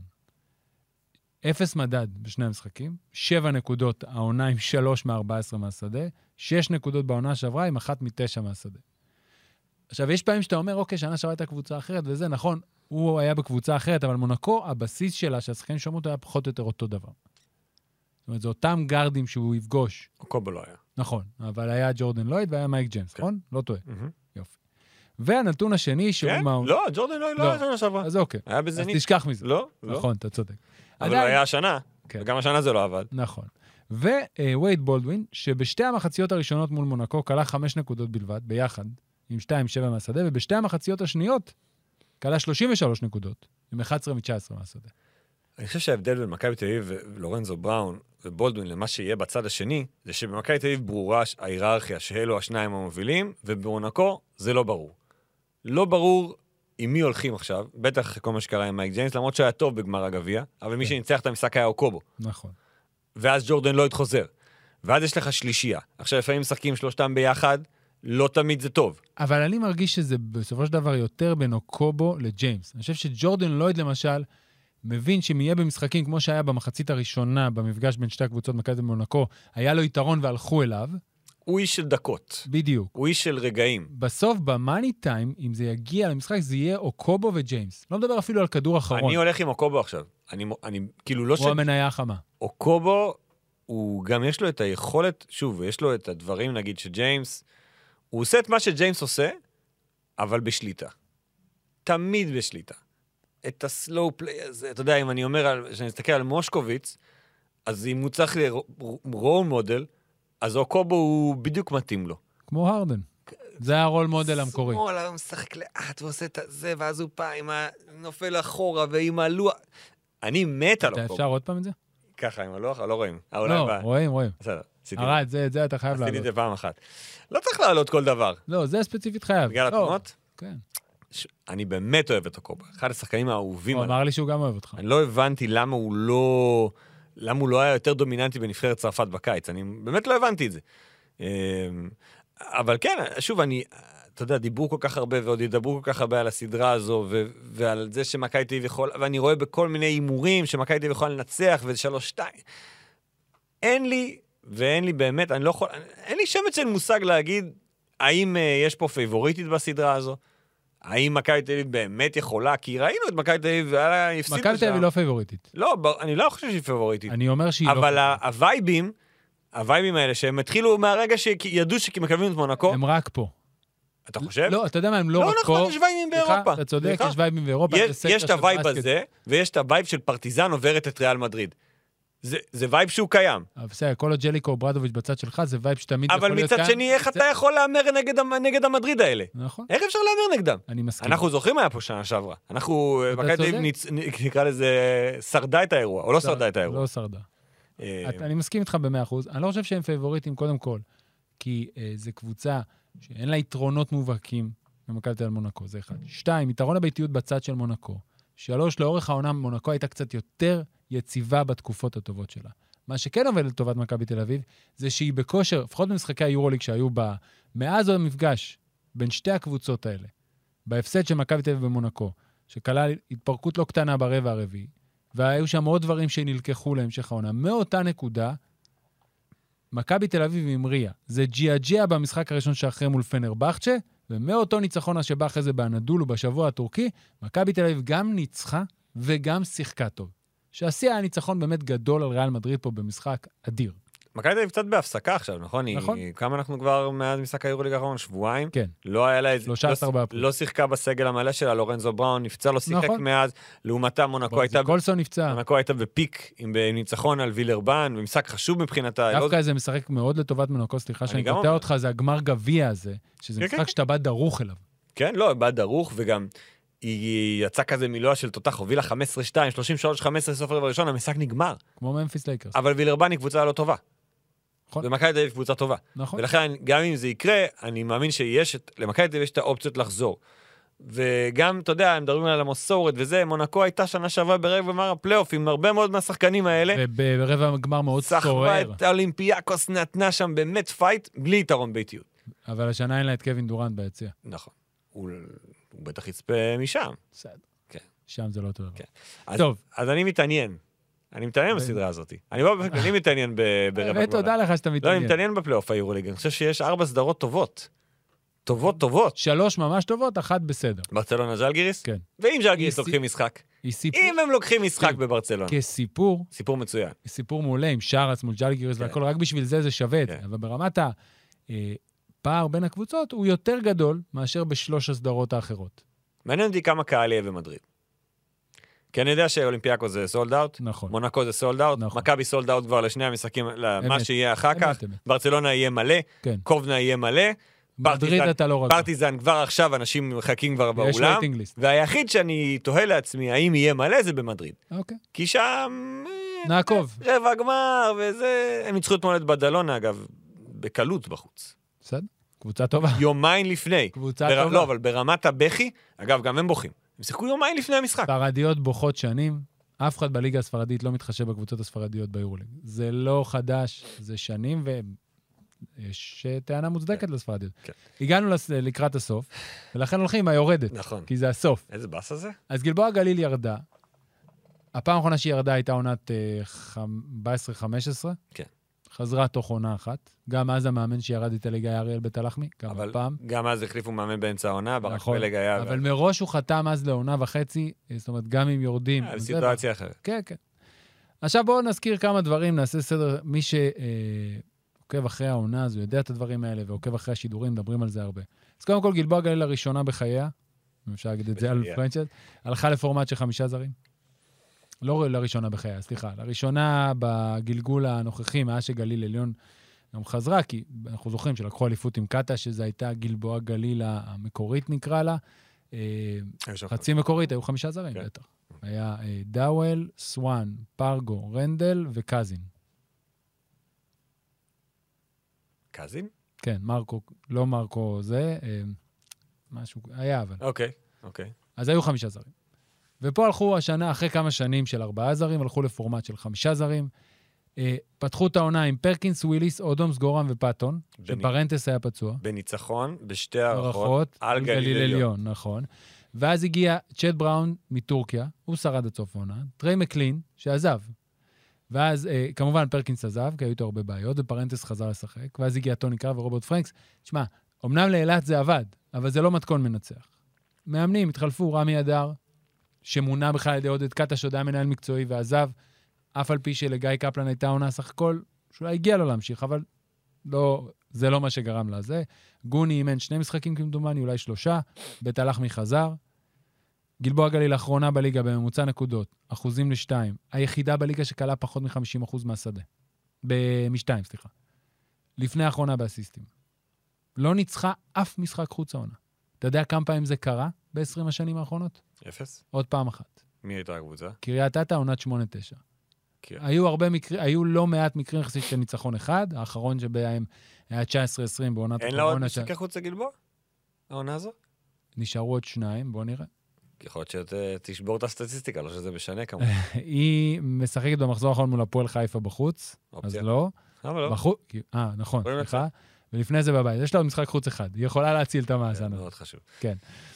אפס מדד בשני המשחקים, שבע נקודות העונה עם שלוש מארבע עשרה מהשדה, שש נקודות בעונה שעברה עם אחת מתשע מהשדה. עכשיו, יש פעמים שאתה אומר, אוקיי, שנה שעברה הייתה קבוצה אחרת, וזה נכון, הוא היה בקבוצה אחרת, אבל מונקו, הבסיס שלה, שהשחקנים שומעים אותו, היה פחות או יותר אותו דבר. זאת אומרת, זה אותם גרדים שהוא יפגוש. קובו לא היה. נכון, אבל היה ג'ורדן לויד והיה מייק ג'יימס, נכון? לא טועה. יופי. והנתון השני, שהוא... כן? לא, ג'ורדן לויד לא היה שנה שעברה. אז אוקיי. היה בזנית. אז תשכח מזה. לא, לא. נכון, אתה צודק. אבל הוא היה השנה, וגם השנה זה לא עבד. נכון. ווייד בולדווין, שבשתי המחציות הראשונות מול מונקו, קלה חמש נקודות בלבד, ביחד, עם שתיים שבע מהשדה, ובשתי המחציות השניות, קלה שלושים ושלוש נקודות, עם אחת עשרה מתשע עשרה מהשדה. אני חושב שההבדל בין מכבי תל אביב ולורנזו בראון ובולדווין למה שיהיה בצד השני, זה שבמכבי תל אביב ברורה ההיררכיה שאלו השניים המובילים, ובמונקו זה לא ברור. לא ברור עם מי הולכים עכשיו, בטח כל מה שקרה עם מייק ג'יימס, למרות שהיה טוב בגמר הגביע, אבל מי שניצח את המשחק היה אוקובו. נכון. ואז ג'ורדן לויד חוזר. ואז יש לך שלישייה. עכשיו לפעמים משחקים שלושתם ביחד, לא תמיד זה טוב. אבל אני מרגיש שזה בסופו של דבר יותר בין אוקובו לג'יימס. אני חושב שג'ורדן לויד למשל, מבין שאם יהיה במשחקים כמו שהיה במחצית הראשונה, במפגש בין שתי הקבוצות מכבי ומונקו, היה לו יתרון והלכו אליו. הוא איש של דקות. בדיוק. הוא איש של רגעים. בסוף, במאני טיים, אם זה יגיע למשחק, זה יהיה אוקובו וג'יימס. לא מדבר אפילו על כדור אחרון. אני הולך עם אוקובו עכשיו. אני, אני כאילו לא ש... הוא המניה החמה. אוקובו, הוא גם יש לו את היכולת, שוב, יש לו את הדברים, נגיד שג'יימס, הוא עושה את מה שג'יימס עושה, אבל בשליטה. תמיד בשליטה. את הסלואו פליי הזה, אתה יודע, אם אני אומר, שאני מסתכל על מושקוביץ, אז אם הוא צריך רול מודל, אז אוקובו הוא בדיוק מתאים לו. כמו הרדן. זה הרול מודל המקורי. שמאל, הוא משחק לאט ועושה את זה, ואז הוא פעם נופל אחורה ועם הלוח. אני מת על אוקובו. אפשר עוד פעם את זה? ככה, עם הלוח, לא רואים. לא, רואים, רואים. בסדר. ארד, זה אתה חייב לעלות. עשיתי את זה פעם אחת. לא צריך לעלות כל דבר. לא, זה ספציפית חייב. בגלל התמונות? כן. אני באמת אוהב את אוקובו. אחד השחקנים האהובים. הוא אמר לי שהוא גם אוהב אותך. אני לא הבנתי למה הוא לא... למה הוא לא היה יותר דומיננטי בנבחרת צרפת בקיץ. אני באמת לא הבנתי את זה. אבל כן, שוב, אני... אתה יודע, דיברו כל כך הרבה, ועוד ידברו כל כך הרבה על הסדרה הזו, ו- ועל זה שמכבי תל אביב יכול... ואני רואה בכל מיני אימורים שמכבי תל אביב יכול לנצח, וזה שלוש שתיים. אין לי, ואין לי באמת, אני לא יכול... אין לי שמץ של מושג להגיד, האם uh, יש פה פייבוריטית בסדרה הזו? האם מכבי תל אביב באמת יכולה? כי ראינו את מכבי תל אביב, והפסיד לשם. מכבי תל אביב היא לא פייבוריטית. לא, אני לא חושב שהיא פייבוריטית. אני אומר שהיא לא... אבל הווייבים, הווייבים האלה, שהם התחילו מהרגע שידעו שמקבלים את מונקו... הם רק פה. אתה חושב? לא, אתה יודע מה, הם לא רק פה. לא, נכון, יש וייבים באירופה. אתה צודק, יש וייבים באירופה. יש את הווייב הזה, ויש את הווייב של פרטיזן עוברת את ריאל מדריד. זה וייב שהוא קיים. בסדר, כל הג'ליקו ברדוביץ' בצד שלך, זה וייב שתמיד יכול להיות כאן. אבל מצד שני, איך אתה יכול לאמר נגד המדריד האלה? נכון. איך אפשר לאמר נגדם? אני מסכים. אנחנו זוכרים היה פה שנה שעברה. אנחנו, מכבי תל אביב, נקרא לזה, שרדה את האירוע, או לא שרדה את האירוע? לא שרדה. אני מסכים איתך במאה אחוז. אני לא חושב שהם פייבוריטים קודם כל, כי זו קבוצה שאין לה יתרונות מובהקים במכבי תל אביב מונקו, זה אחד. שתיים, יתרון הביתיות בצד של מונקו. שלוש, לאורך העונה מונקו הייתה קצת יותר יציבה בתקופות הטובות שלה. מה שכן עובד לטובת מכבי תל אביב, זה שהיא בכושר, לפחות במשחקי היורוליג שהיו בה, מאז עוד מפגש בין שתי הקבוצות האלה, בהפסד של מכבי תל אביב במונקו, שכלל התפרקות לא קטנה ברבע הרביעי, והיו שם עוד דברים שנלקחו להמשך העונה. מאותה נקודה, מכבי תל אביב המריאה. זה ג'יאג'יה במשחק הראשון שאחרי מול פנרבחצ'ה, ומאותו ניצחון שבא אחרי זה באנדולו בשבוע הטורקי, מכבי תל אביב גם ניצחה וגם שיחקה טוב. שעשיה היה ניצחון באמת גדול על ריאל מדריד פה במשחק אדיר. מכבי תל אביב קצת בהפסקה עכשיו, נכון? נכון. היא, כמה אנחנו כבר מאז משחק היורוליג האחרון? שבועיים? כן. לא היה לה... שלושה עשר באפריל. לא שיחקה בסגל המלא שלה, לורנזו בראון נפצע, לא שיחק נכון. מאז, לעומתה מונקו הייתה... קולסון נפצע. מונקו הייתה בפיק עם ניצחון על וילרבן, ומשחק חשוב מבחינתה. דווקא לא... זה משחק מאוד לטובת מונקו, סליחה שאני גם... קוטע אותך, זה הגמר גביע הזה, שזה כן, משחק כן. שאתה בא דרוך אליו. כן, לא, בא דרוך, וגם היא יצאה כזה מילואה של תותח, הובילה חמש עשרה שתיים, שלושים ושלוש חמש עשרה סוף רבע ראשון, המשחק נגמר. כמו ממפיס לייקרס. אבל וילרבן היא קבוצה לא טובה. נכון. ומכבי תל אביב קבוצה טובה. נכון. ולכן, גם אם זה יקרה, אני מאמין שיש, למכבי תל אביב יש את האופציות לחזור. וגם, אתה יודע, הם מדברים על המסורת וזה, מונקו הייתה שנה שעברה ברבע גמר הפלייאוף, עם הרבה מאוד מהשחקנים האלה. וברבע גמר מאוד סוער. סחבה את האולימפיאקוס, נתנה שם באמת פייט, בלי יתרון ביתיות. אבל השנה אין לה את קווין דורנט ביציע. נכון. הוא, הוא בטח יצפה משם. בסדר. כן. שם זה לא טוב. כן. אז, טוב. אז אני מתעניין. אני מתעניין בסדרה הזאת. אני לא אני מתעניין ברבע גמר. ותודה לך שאתה מתעניין. לא, אני מתעניין בפלייאוף היורוליג. אני חושב שיש ארבע סדרות טובות. טובות, טובות. שלוש ממש טובות, אחת בסדר. ברצלונה ז'לגיריס? כן. ואם ז'לגיריס לוקחים משחק? אם הם לוקחים משחק בברצלונה. כסיפור. סיפור מצוין. סיפור מעולה עם שרץ מול ז'לגיריס והכל, רק בשביל זה זה שווה. אבל ברמת הפער בין הקבוצות הוא יותר גדול מאשר בשלוש הסדרות האחרות. מעניין אותי כמה קהל יהיה במדריד. כי אני יודע שאולימפיאקו זה סולד אאוט, נכון. מונקו זה סולד אאוט, נכון. מכבי סולד אאוט כבר לשני המשחקים, למה אמת. שיהיה אחר כך, אמת, אמת. ברצלונה יהיה מלא, כן. קובנה יהיה מלא, מדריד אתה לא רגע. פרטיזן כבר עכשיו, אנשים מחכים כבר ויש באולם, waiting list. והיחיד שאני תוהה לעצמי, האם יהיה מלא, זה במדריד. אוקיי. כי שם... נעקוב. רבע גמר, וזה... הם ניצחו אתמול את בדלונה, אגב, בקלות בחוץ. בסדר, קבוצה טובה. יומיים לפני. קבוצה בר... טובה. לא, אבל ברמת הבכי, אגב, גם הם בוכים. הם שיחקו יומיים לפני המשחק. ספרדיות בוכות שנים, אף אחד בליגה הספרדית לא מתחשב בקבוצות הספרדיות ביורוליג. זה לא חדש, זה שנים, ויש טענה מוצדקת לספרדיות. כן. הגענו לקראת הסוף, ולכן הולכים היורדת. נכון. כי זה הסוף. איזה באס הזה? אז גלבוע גליל ירדה. הפעם האחרונה שהיא ירדה הייתה עונת ארבע עשרה חמש עשרה. כן. חזרה תוך עונה אחת. גם אז המאמן שירד את הליגה היה אריאל בתלחמי, גם אבל הפעם. גם אז החליפו מאמן באמצע העונה, ברק נכון. פלג היה... אבל מראש הוא חתם אז לעונה וחצי, זאת אומרת, גם אם יורדים. אה, סיטואציה אחרת. כן, כן. עכשיו בואו נזכיר כמה דברים, נעשה סדר. מי שעוקב אחרי העונה הזו, יודע את הדברים האלה, ועוקב אחרי השידורים, מדברים על זה הרבה. אז קודם כל, גלבוע גליל לראשונה בחייה, אם אפשר להגיד את זה על פרנצ'ייז, הלכה לפורמט של חמישה זרים. לא לראשונה בחייה, סליחה. לראשונה בגלגול הנוכחי, מאז שגליל עליון גם חזרה, כי אנחנו זוכרים שלקחו אליפות עם קטה, שזו הייתה גלבוע גליל המקורית נקרא לה. חצי מקורית, היו חמישה זרים, בטח. היה דאוול, סואן, פרגו, רנדל וקזין. קזין? כן, מרקו, לא מרקו זה, משהו, היה אבל. אוקיי, אוקיי. אז היו חמישה זרים. ופה הלכו השנה, אחרי כמה שנים של ארבעה זרים, הלכו לפורמט של חמישה זרים. פתחו את העונה עם פרקינס, וויליס, אודומס, גורם ופטון, שפרנטס היה פצוע. בניצחון, בשתי הערכות, על גליל עליון. נכון. ואז הגיע צ'ט בראון מטורקיה, הוא שרד עד סוף העונה, טריי מקלין, שעזב. ואז, כמובן, פרקינס עזב, כי היו איתו הרבה בעיות, ופרנטס חזר לשחק. ואז הגיע טוני קרא ורוברט פרנקס. תשמע, אמנם לאילת זה עבד, אבל זה לא מתכון מנצח. מאמנים, התחלפו, רמי אדר, שמונה בכלל על ידי עודד קטה, שעוד היה מנהל מקצועי ועזב, אף על פי שלגיא קפלן הייתה עונה סך הכל, שאולי הגיע לו להמשיך, אבל לא, זה לא מה שגרם לה. זה גוני אימן שני משחקים כמדומני, אולי שלושה, בית הלך מחזר. גלבוע גליל האחרונה בליגה בממוצע נקודות, אחוזים לשתיים. היחידה בליגה שקלה פחות מ-חמישים אחוז מהשדה. במשתיים, סליחה. לפני האחרונה באסיסטים. לא ניצחה אף משחק חוץ העונה. אתה יודע כמה פעמים זה קרה ב-עשרים השנים האחרונות? אפס. עוד פעם אחת. מי הייתה הקבוצה? קריית אתא, עונת שמונה תשע. היו הרבה מקרים, היו לא מעט מקרים יחסית של ניצחון אחד, האחרון שבהם היה תשע עשרה עשרים בעונת הקורונה. אין לה עוד משחקי חוץ לגלבוע? העונה הזו? נשארו עוד שניים, בוא נראה. יכול להיות שתשבור את הסטטיסטיקה, לא שזה משנה כמובן. היא משחקת במחזור האחרון מול הפועל חיפה בחוץ, אז לא. למה לא? אה, נכון, סליחה. ולפני זה בבית. יש לה עוד משחק חוץ אחד. היא יכולה להציל את המאזן. זה מאוד חשוב. כן.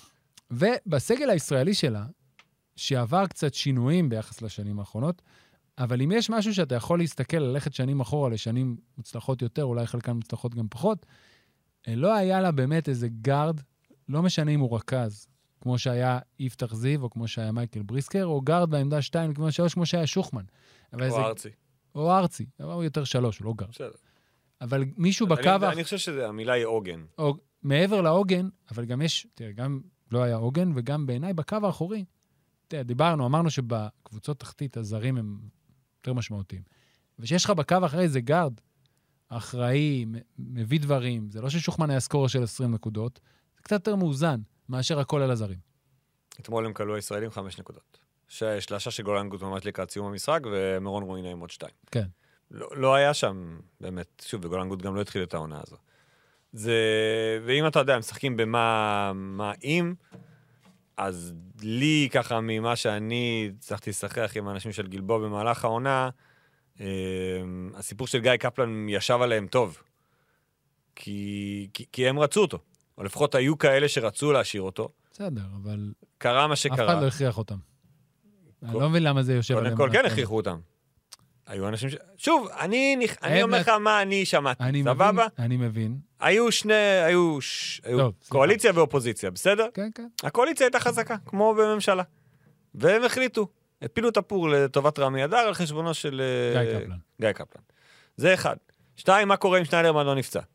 ובסגל הישראלי שלה, שעבר קצת שינויים ביחס לשנים האחרונות, אבל אם יש משהו שאתה יכול להסתכל, ללכת שנים אחורה לשנים מוצלחות יותר, אולי חלקן מוצלחות גם פחות, לא היה לה באמת איזה גארד, לא משנה אם הוא רכז, כמו שהיה יפתח זיו, או כמו שהיה מייקל בריסקר, או גארד בעמדה שתיים, כמו שלוש, כמו שהיה שוחמן. או ארצי. או ארצי. אבל הוא יותר שלוש, הוא לא גארד. בסדר. אבל מישהו בקו... אני חושב שהמילה היא עוגן. מעבר לעוגן, אבל גם יש, תראה, גם לא היה עוגן, וגם בעיניי בקו האחורי, תראה, דיברנו, אמרנו שבקבוצות תחתית הזרים הם יותר משמעותיים. ושיש לך בקו אחרי זה גארד, אחראי, מביא דברים, זה לא ששוחמן היה סקורר של עשרים נקודות, זה קצת יותר מאוזן מאשר הכל על הזרים. אתמול הם קלו הישראלים חמש נקודות. שלושה שגולן גוט ממש לקראת סיום המשחק, ומרון רוינה עם עוד שתיים. כן. לא, לא היה שם, באמת, שוב, וגולן גוט גם לא התחיל את העונה הזו. זה, ואם אתה יודע, הם משחקים במה, מה אם, אז לי, ככה, ממה שאני צריכתי לשחח עם האנשים של גלבוע במהלך העונה, הסיפור של גיא קפלן ישב עליהם טוב. כי, כי, כי הם רצו אותו. או לפחות היו כאלה שרצו להשאיר אותו. בסדר, אבל... קרה מה שקרה. אף אחד לא הכריח אותם. כל... אני לא מבין למה זה יושב עליהם. קודם כל כן הכריחו אותם. היו אנשים ש... שוב, אני, נכ... אני אומר לך מה אני שמעתי. אני סבבה? מבין, אני מבין. היו שני... היו, ש... היו טוב, קואליציה סליחה. ואופוזיציה, בסדר? כן, כן. הקואליציה הייתה חזקה, כמו בממשלה. והם החליטו. הפילו את הפור לטובת רמי אדר על חשבונו של... גיא קפלן. גיא קפלן. זה אחד. שתיים, מה קורה אם שניידרמן לא נפצע?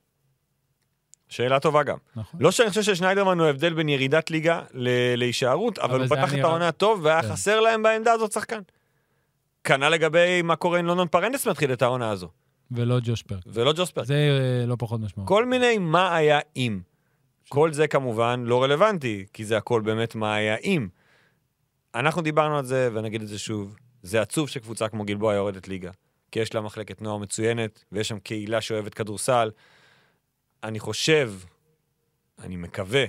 שאלה טובה גם. נכון. לא שאני חושב ששניידרמן הוא הבדל בין ירידת ליגה ל- להישארות, אבל, אבל הוא פתח את העונה טוב, והיה כן. חסר להם בעמדה הזאת שחקן. כנ"ל לגבי מה קורה אם לונדון פרנדס מתחיל את העונה הזו. ולא ג'וש פרק. ולא ג'וש פרק. זה uh, לא פחות משמעות. כל מיני מה היה אם. כל זה כמובן לא רלוונטי, כי זה הכל באמת מה היה אם. אנחנו דיברנו על זה, ונגיד את זה שוב, זה עצוב שקבוצה כמו גלבוע יורדת ליגה, כי יש לה מחלקת נוער מצוינת, ויש שם קהילה שאוהבת כדורסל. אני חושב, אני מקווה,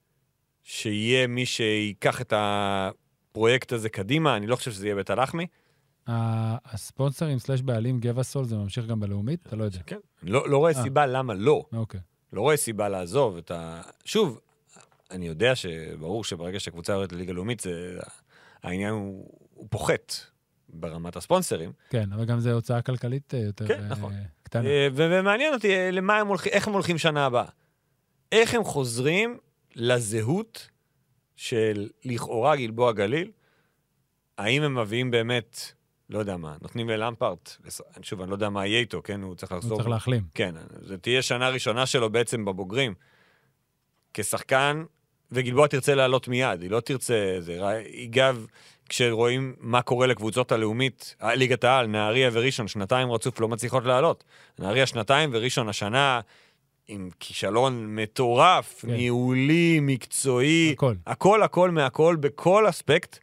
שיהיה מי שיקח את הפרויקט הזה קדימה, אני לא חושב שזה יהיה בית הלחמי. הספונסרים סלש בעלים גבע-סול, זה ממשיך גם בלאומית? אתה לא יודע. כן. לא, לא רואה סיבה למה לא. אוקיי. לא רואה סיבה לעזוב את ה... שוב, אני יודע שברור שברגע שהקבוצה יורדת לליגה לאומית, זה... העניין הוא, הוא פוחת ברמת הספונסרים. כן, אבל גם זה הוצאה כלכלית יותר כן, נכון. קטנה. ומעניין אותי למה הם הולכים, איך הם הולכים שנה הבאה. איך הם חוזרים לזהות של לכאורה גלבוע גליל? האם הם מביאים באמת, לא יודע מה, נותנים ללמפרט, שוב, אני לא יודע מה יהיה איתו, כן, הוא צריך לחזור. הוא צריך להחלים. כן, זה תהיה שנה ראשונה שלו בעצם בבוגרים. כשחקן, וגלבוע תרצה לעלות מיד, היא לא תרצה, זה אגב, כשרואים מה קורה לקבוצות הלאומית, ליגת העל, נהריה וראשון, שנתיים רצוף לא מצליחות לעלות. נהריה שנתיים וראשון השנה, עם כישלון מטורף, כן. ניהולי, מקצועי, הכל. הכל, הכל מהכל, בכל אספקט.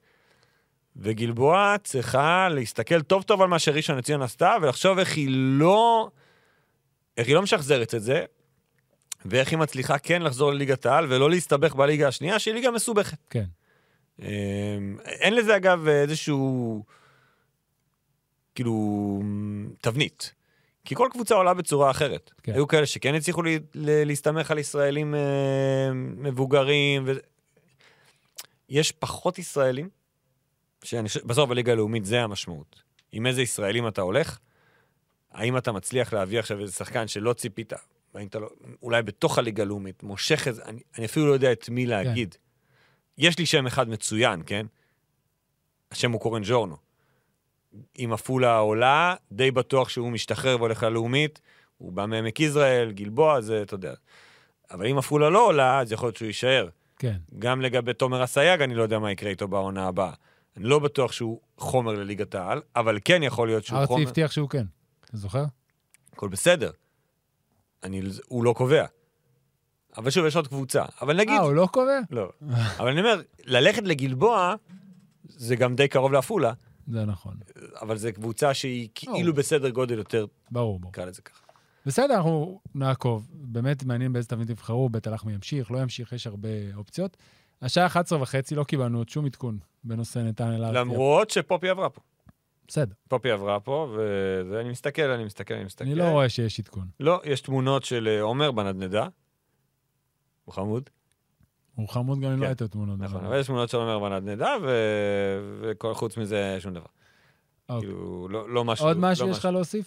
וגלבוע צריכה להסתכל טוב טוב על מה שראשון לציון עשתה, ולחשוב איך היא לא, איך היא לא משחזרת את זה, ואיך היא מצליחה כן לחזור לליגת העל, ולא להסתבך בליגה השנייה, שהיא ליגה מסובכת. כן. אין לזה אגב איזשהו, כאילו, תבנית. כי כל קבוצה עולה בצורה אחרת. כן. היו כאלה שכן הצליחו לה, להסתמך על ישראלים מבוגרים, ו... יש פחות ישראלים, שאני, בסוף בליגה הלאומית זה המשמעות. עם איזה ישראלים אתה הולך, האם אתה מצליח להביא עכשיו איזה שחקן שלא ציפית, לא, אולי בתוך הליגה הלאומית, מושך איזה, אני, אני אפילו לא יודע את מי להגיד. כן. יש לי שם אחד מצוין, כן? השם הוא קורן ג'ורנו. עם אפולה העולה, די בטוח שהוא משתחרר והולך ללאומית, הוא בא מעמק יזרעאל, גלבוע, זה, אתה יודע. אבל אם אפולה לא עולה, אז יכול להיות שהוא יישאר. כן. גם לגבי תומר הסייג, אני לא יודע מה יקרה איתו בעונה הבאה. אני לא בטוח שהוא חומר לליגת העל, אבל כן יכול להיות שהוא חומר... ארצי הבטיח שהוא כן. אתה זוכר? הכל בסדר. אני, הוא לא קובע. אבל שוב, יש עוד קבוצה. אבל נגיד... אה, הוא לא קובע? לא. אבל אני אומר, ללכת לגלבוע, זה גם די קרוב לאפולה. זה נכון. אבל זו קבוצה שהיא כאילו בסדר גודל יותר... ברור, ברור. קרא לזה ככה. בסדר, אנחנו נעקוב. באמת מעניין באיזה תבנית תבחרו, בית הלחמי ימשיך, לא ימשיך, יש הרבה אופציות. השעה אחת עשרה וחצי לא קיבלנו עוד שום עדכון בנושא נתניה ארצי. למרות שפופי עברה פה. בסדר. פופי עברה פה, ואני מסתכל, אני מסתכל, אני מסתכל. אני לא רואה שיש עדכון. לא, יש תמונות של עומר בנדנדה. הוא חמוד. הוא חמוד גם אם לא הייתה תמונות. נכון, אבל יש תמונות של עומר בנדנדה, וכל חוץ מזה שום דבר. כאילו, לא משהו... עוד משהו יש לך להוסיף?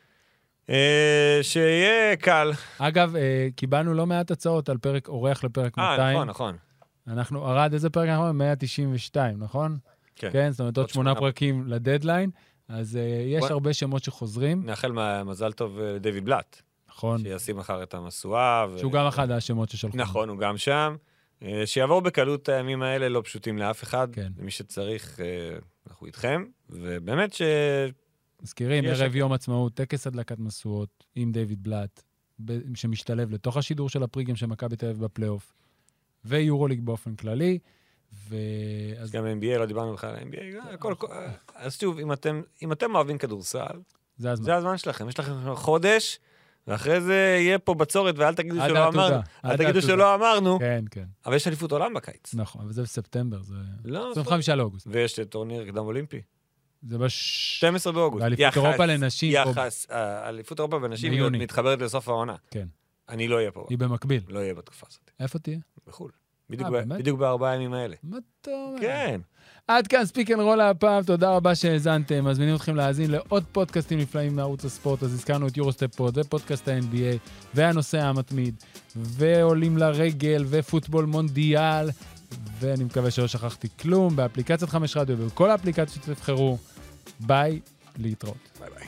שיהיה קל. אגב, קיבלנו לא מעט הצעות על פרק, אורח לפרק מאתיים. אה, נכון, נכון. אנחנו, ארד איזה פרק אנחנו? מאה תשעים ושתיים, נכון? כן. כן, זאת אומרת, עוד שמונה פרקים לדדליין, אז יש הרבה שמות שחוזרים. נאחל מזל טוב דויד בלאט. נכון. שישים מחר את המסועה. שהוא גם אחד השמות ששלחו. נכון, הוא גם שם. שיעבור בקלות הימים האלה, לא פשוטים לאף אחד. כן. למי שצריך, אנחנו איתכם. ובאמת ש... מזכירים, ערב יום עצמאות, טקס הדלקת מסועות עם דיוויד בלאט, שמשתלב לתוך השידור של הפריגם של מכבי תל אביב בפלייאוף, ויורוליג באופן כללי, ו... גם ה-אן בי איי, לא דיברנו בכלל על ה-אן בי איי, אז שוב, אם אתם אוהבים כדורסל, זה הזמן שלכם. יש לכם חודש, ואחרי זה יהיה פה בצורת, ואל תגידו שלא אמרנו. אל תגידו שלא אמרנו. כן, כן. אבל יש אליפות עולם בקיץ. נכון, אבל זה בספטמבר, זה לא, עשרים וחמישה לאוגוסט. ויש טורניר קדם אולימפי. זה בש... שתים עשרה באוגוסט. ואליפות אירופה לנשים. יחס, אליפות אירופה בנשים היא עוד מתחברת לסוף העונה. כן. אני לא אהיה פה. היא במקביל. לא אהיה בתקופה הזאת. איפה תהיה? בחול. בדיוק בארבעה ימים האלה. מה אתה אומר? כן. עד כאן ספיק אנד רול הפעם, תודה רבה שהאזנתם. מזמינים אתכם להאזין לעוד פודקאסטים נפלאים מערוץ הספורט, אז הזכרנו את יורוסטפ פוד ופודקאסט ה-אן בי איי והנושא המתמיד, ועולים לרגל ופוטבול מונדיאל, ואני מקווה שלא שכחתי כלום, באפליקציית חמש רדיו ובכל האפליקציות שתבחרו. ביי, להתראות. ביי ביי.